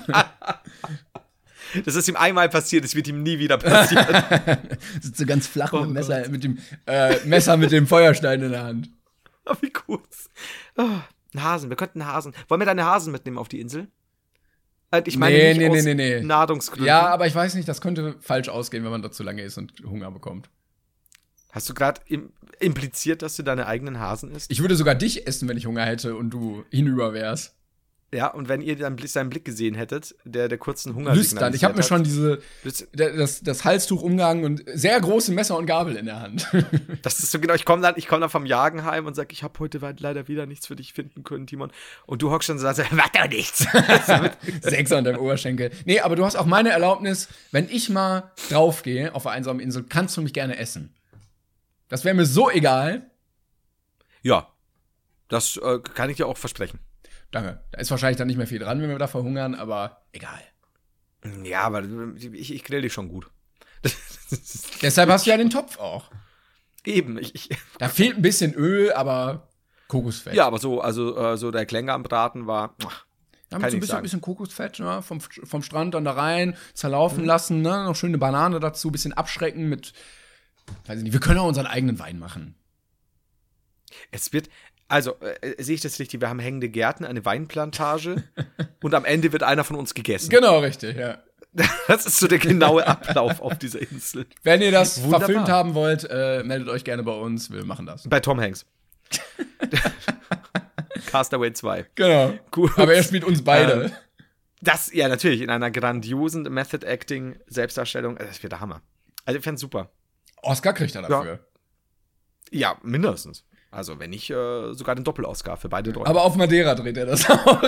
Das ist ihm einmal passiert, das wird ihm nie wieder passieren. Sitzt so ganz flach Oh mit dem Messer, Messer mit dem Feuerstein in der Hand. Oh, wie gut. Oh, ein Hasen, wir könnten einen Hasen. Wollen wir deine Hasen mitnehmen auf die Insel? Ich meine nicht aus Nahrungsgründen. Ja, aber ich weiß nicht, das könnte falsch ausgehen, wenn man da zu lange ist und Hunger bekommt. Hast du gerade impliziert, dass du deine eigenen Hasen isst? Ich würde sogar dich essen, wenn ich Hunger hätte und du hinüber wärst. Ja, und wenn ihr seinen Blick gesehen hättet, der kurzen Hunger Lüstern. Ich habe mir schon das Halstuch umgehangen und sehr große Messer und Gabel in der Hand. Das ist so genau, ich komm dann vom Jagen heim und sag, ich habe heute leider wieder nichts für dich finden können, Timon. Und du hockst schon und sagst, mach doch nichts. Sechser an deinem Oberschenkel. Nee, aber du hast auch meine Erlaubnis, wenn ich mal draufgehe auf einer einsamen Insel, kannst du mich gerne essen. Das wäre mir so egal. Ja, das kann ich dir auch versprechen. Danke. Da ist wahrscheinlich dann nicht mehr viel dran, wenn wir da verhungern, aber egal. Ja, aber ich grill dich schon gut. Deshalb hast du ja den Topf auch. Eben. Da fehlt ein bisschen Öl, aber Kokosfett. Ja, aber so der Klänger am Braten war. Ja, mit so ein bisschen Kokosfett, ne? Vom Strand dann da rein, zerlaufen lassen, ne? Noch schöne Banane dazu, bisschen abschrecken mit, weiß ich nicht, wir können auch unseren eigenen Wein machen. Es wird. Also, sehe ich das richtig? Wir haben hängende Gärten, eine Weinplantage und am Ende wird einer von uns gegessen. Genau, richtig, ja. Das ist so der genaue Ablauf auf dieser Insel. Wenn ihr das verfilmt haben wollt, meldet euch gerne bei uns, wir machen das. Bei Tom Hanks. Castaway 2. Genau. Cool. Aber er spielt uns beide. Das, ja, natürlich, in einer grandiosen Method-Acting-Selbstdarstellung. Das wird der Hammer. Also, ich fände es super. Oscar kriegt er dafür. Ja, mindestens. Also, wenn nicht, sogar den Doppel-Oscar für beide Rollen. Aber auf Madeira dreht er das auch.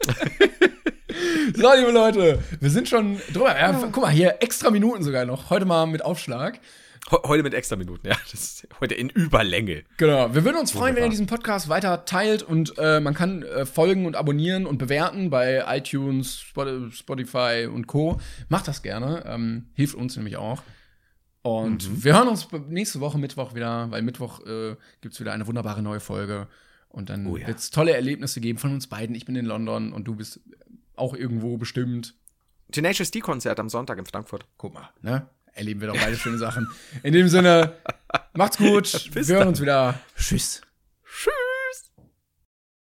So, liebe Leute, wir sind schon drüber. Ja, guck mal, hier extra Minuten sogar noch. Heute mal mit Aufschlag. Heute mit extra Minuten, ja. Das ist heute in Überlänge. Genau. Wir würden uns freuen, wenn ihr diesen Podcast weiter teilt und man kann folgen und abonnieren und bewerten bei iTunes, Spotify und Co. Macht das gerne. Hilft uns nämlich auch. Und wir hören uns nächste Woche Mittwoch wieder, weil Mittwoch gibt's wieder eine wunderbare neue Folge. Und dann wird's tolle Erlebnisse geben von uns beiden. Ich bin in London und du bist auch irgendwo bestimmt. Tenacious D-Konzert am Sonntag in Frankfurt. Guck mal, ne? Erleben wir doch beide schöne Sachen. In dem Sinne, macht's gut. Wir hören uns wieder. Tschüss.